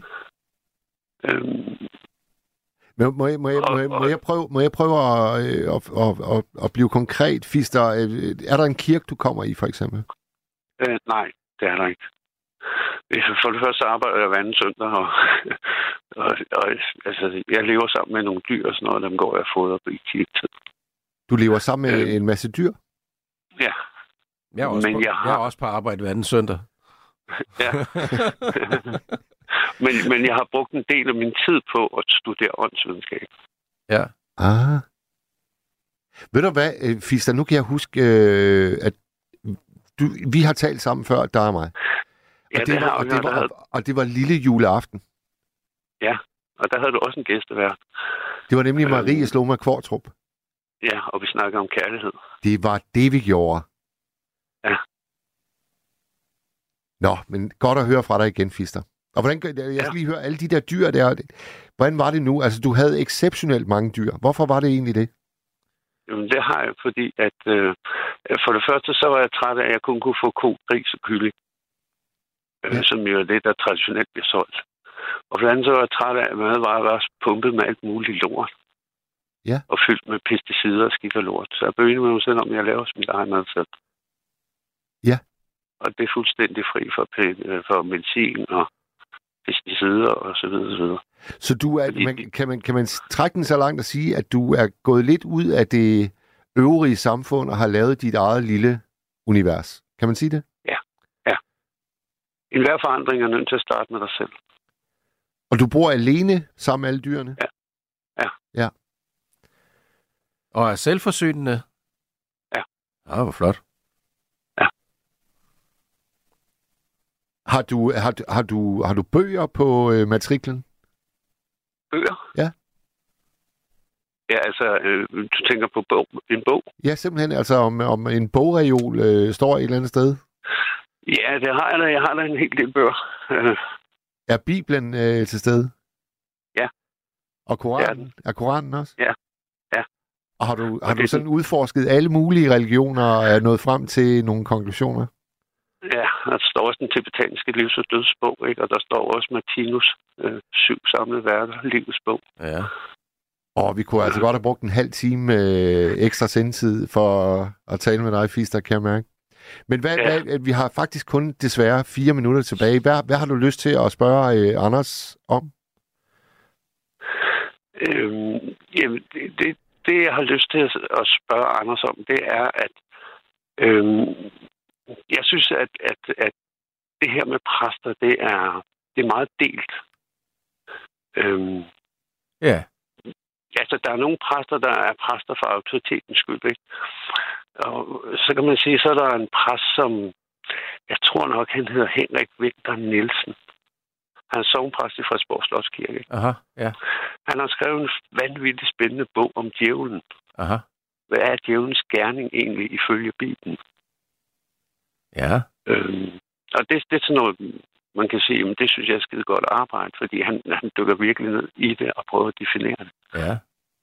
må jeg prøve at blive konkret, Fister? Er der en kirke, du kommer i, for eksempel? Nej, det er der ikke. For det første arbejder jeg hver anden søndag, og altså, jeg lever sammen med nogle dyr og sådan noget, og dem går jeg fodrer på i kirketid. Du lever sammen med en masse dyr? Ja. Jeg er også på arbejde hver anden søndag. Ja. men jeg har brugt en del af min tid på at studere åndsvidenskab. Ja. Ah. Ved du hvad, Fister, nu kan jeg huske, at vi har talt sammen før, der og mig. Og det var lille juleaften. Ja, og der havde du også en gæstevært. Det var nemlig Marie Sloma Kvartrup. Ja, og vi snakkede om kærlighed. Det var det, vi gjorde. Ja. Nå, men godt at høre fra dig igen, Fister. Og hvordan, jeg skal lige høre, alle de der dyr der, hvordan var det nu? Altså, du havde exceptionelt mange dyr. Hvorfor var det egentlig det? Jamen, det har jeg, fordi at for det første, så var jeg træt af, at jeg kun kunne få ko, gris og kylling. Som jo er det, der traditionelt bliver solgt. Og for det andet, så var jeg træt af, at man havde bare pumpet med alt muligt lort. Ja. Og fyldt med pesticider og skidt og lort. Så jeg begyndte med mig selv om, jeg laver mit eget mad selv. Ja. Og det er fuldstændig fri for medicin og pesticider og så videre, så videre. Så du er, kan man trække den så langt og sige, at du er gået lidt ud af det øvrige samfund og har lavet dit eget lille univers? Kan man sige det? Ja. En hver forandring er nødt til at starte med dig selv. Og du bor alene sammen med alle dyrene? Ja. Og er selvforsynende? Ja. Ja, hvor flot. Ja. Har du bøger på matriklen? Bøger? Ja. Ja, altså, du tænker på en bog? Ja, simpelthen. Altså, om en bogreol står et eller andet sted? Ja, det har jeg da. Jeg har da en hel del bøger. Er Bibelen til stede? Ja. Og Koranen? Er Koranen også? Ja. Og har du sådan udforsket alle mulige religioner og er nået frem til nogle konklusioner? Ja, der står også den tibetanske livs- og dødsbog, ikke? Og der står også Martinus 7 samlede værker, livets bog. Ja. Og vi kunne altså godt have brugt en halv time ekstra sendetid for at tale med dig, Fister, kan jeg mærke. Men vi har faktisk kun desværre 4 minutter tilbage. Hvad har du lyst til at spørge Anders om? Jamen, det, jeg har lyst til at spørge Anders om, det er, at jeg synes, at det her med præster, det er meget delt. Ja. Altså, der er nogle præster, der er præster for autoritetens skyld, ikke? Og så kan man sige, så er der en præst, som jeg tror nok, han hedder Henrik Vinter Nielsen. Han er sognpræst i Frederiksborg Slotskirke. Aha, ja. Han har skrevet en vanvittigt spændende bog om djævlen. Aha. Hvad er djævelens gerning egentlig ifølge Bibelen? Ja. Og det er sådan noget, man kan sige, men det synes jeg er skide godt arbejde, fordi han dykker virkelig ned i det og prøver at definere det. Ja.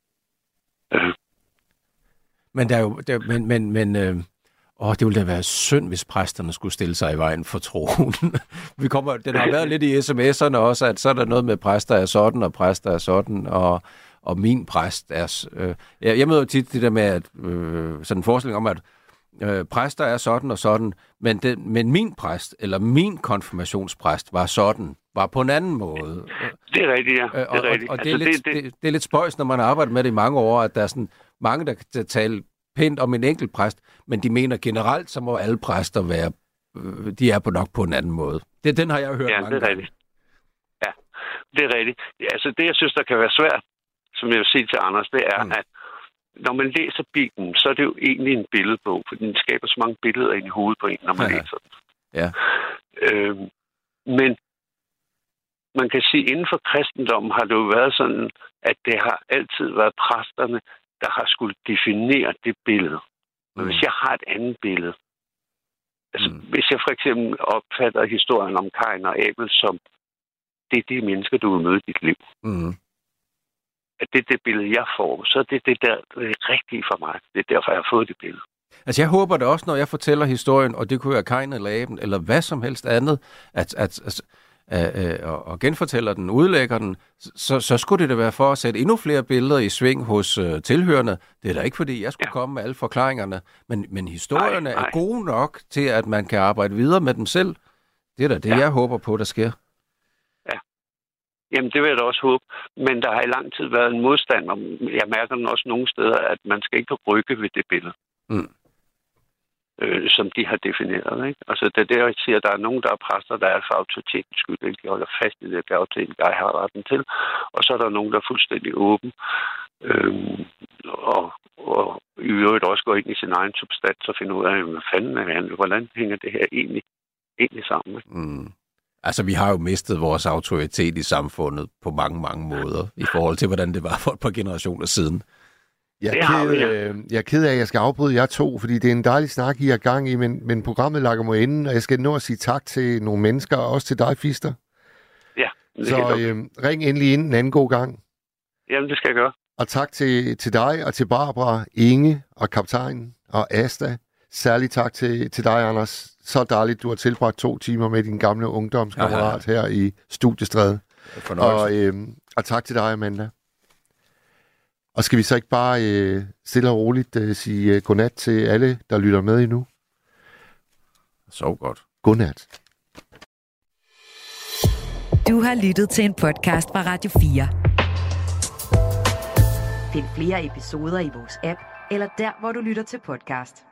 Men der er jo... det ville da være synd, hvis præsterne skulle stille sig i vejen for troen. Den har været lidt i sms'erne også, at så er der noget med præster er sådan, og præster er sådan, og min præst er... Jeg møder tit det der med, at sådan en forestilling om, at præster er sådan og sådan, men min præst, eller min konfirmationspræst, var på en anden måde. Det er rigtigt, ja. Og det er lidt spøjs, når man har arbejdet med det i mange år, at der er sådan mange, der kan tale pænt om en enkelt præst, men de mener generelt, så må alle præster være, de er nok på en anden måde. Den har jeg hørt mange gange. Rigtigt. Ja, det er rigtigt. Altså det, jeg synes, der kan være svært, som jeg vil sige til Anders, det er, at når man læser Bibelen, så er det jo egentlig en billedbog, for den skaber så mange billeder ind i hovedet på en, når man læser den. Ja. Men man kan sige, inden for kristendommen har det jo været sådan, at det har altid været præsterne, der har skulle definere det billede. Men hvis jeg har et andet billede, altså hvis jeg for eksempel opfatter historien om Kain og Abel som, det er de mennesker, du vil møde i dit liv. At det er det billede, jeg får, så det er det der rigtige for mig. Det er derfor, jeg har fået det billede. Altså jeg håber det også, når jeg fortæller historien, og det kunne være Kain eller Abel, eller hvad som helst andet, og genfortæller den, udlægger den, så skulle det da være for at sætte endnu flere billeder i sving hos tilhørende. Det er da ikke, fordi jeg skulle komme med alle forklaringerne, men historierne er gode nok til, at man kan arbejde videre med dem selv. Det er da det, jeg håber på, der sker. Ja. Jamen, det vil jeg da også håbe. Men der har i lang tid været en modstand, og jeg mærker den også nogle steder, at man skal ikke rykke ved det billede. Som de har defineret. Ikke? Altså, det er der, jeg siger, at der er nogen, der er præster, der er for autoritetens skyld. Ikke? De holder fast i det, autoritet, jeg har retten til. Og så er der nogen, der er fuldstændig åben. Og i øvrigt også går ind i sin egen substans og finder ud af, hvad fanden er det? Hvordan hænger det her egentlig sammen? Altså, vi har jo mistet vores autoritet i samfundet på mange, mange måder, i forhold til, hvordan det var for et par generationer siden. Jeg er ked af, at jeg skal afbryde jer to, fordi det er en dejlig snak, I er gang i, men programmet lakker mig inden, og jeg skal nå at sige tak til nogle mennesker, og også til dig, Fister. Ja. Så ring endelig ind en anden god gang. Jamen, det skal jeg gøre. Og tak til dig, og til Barbara, Inge, og kaptajnen, og Asta. Særligt tak til dig, Anders. Så dejligt, du har tilbragt 2 timer med din gamle ungdomskammerat her i Studiestræde. Og tak til dig, Amanda. Og skal vi så ikke bare stille og roligt sige godnat til alle, der lytter med endnu? Sov godt. Godnat. Du har lyttet til en podcast fra Radio 4. Find flere episoder i vores app, eller der, hvor du lytter til podcast.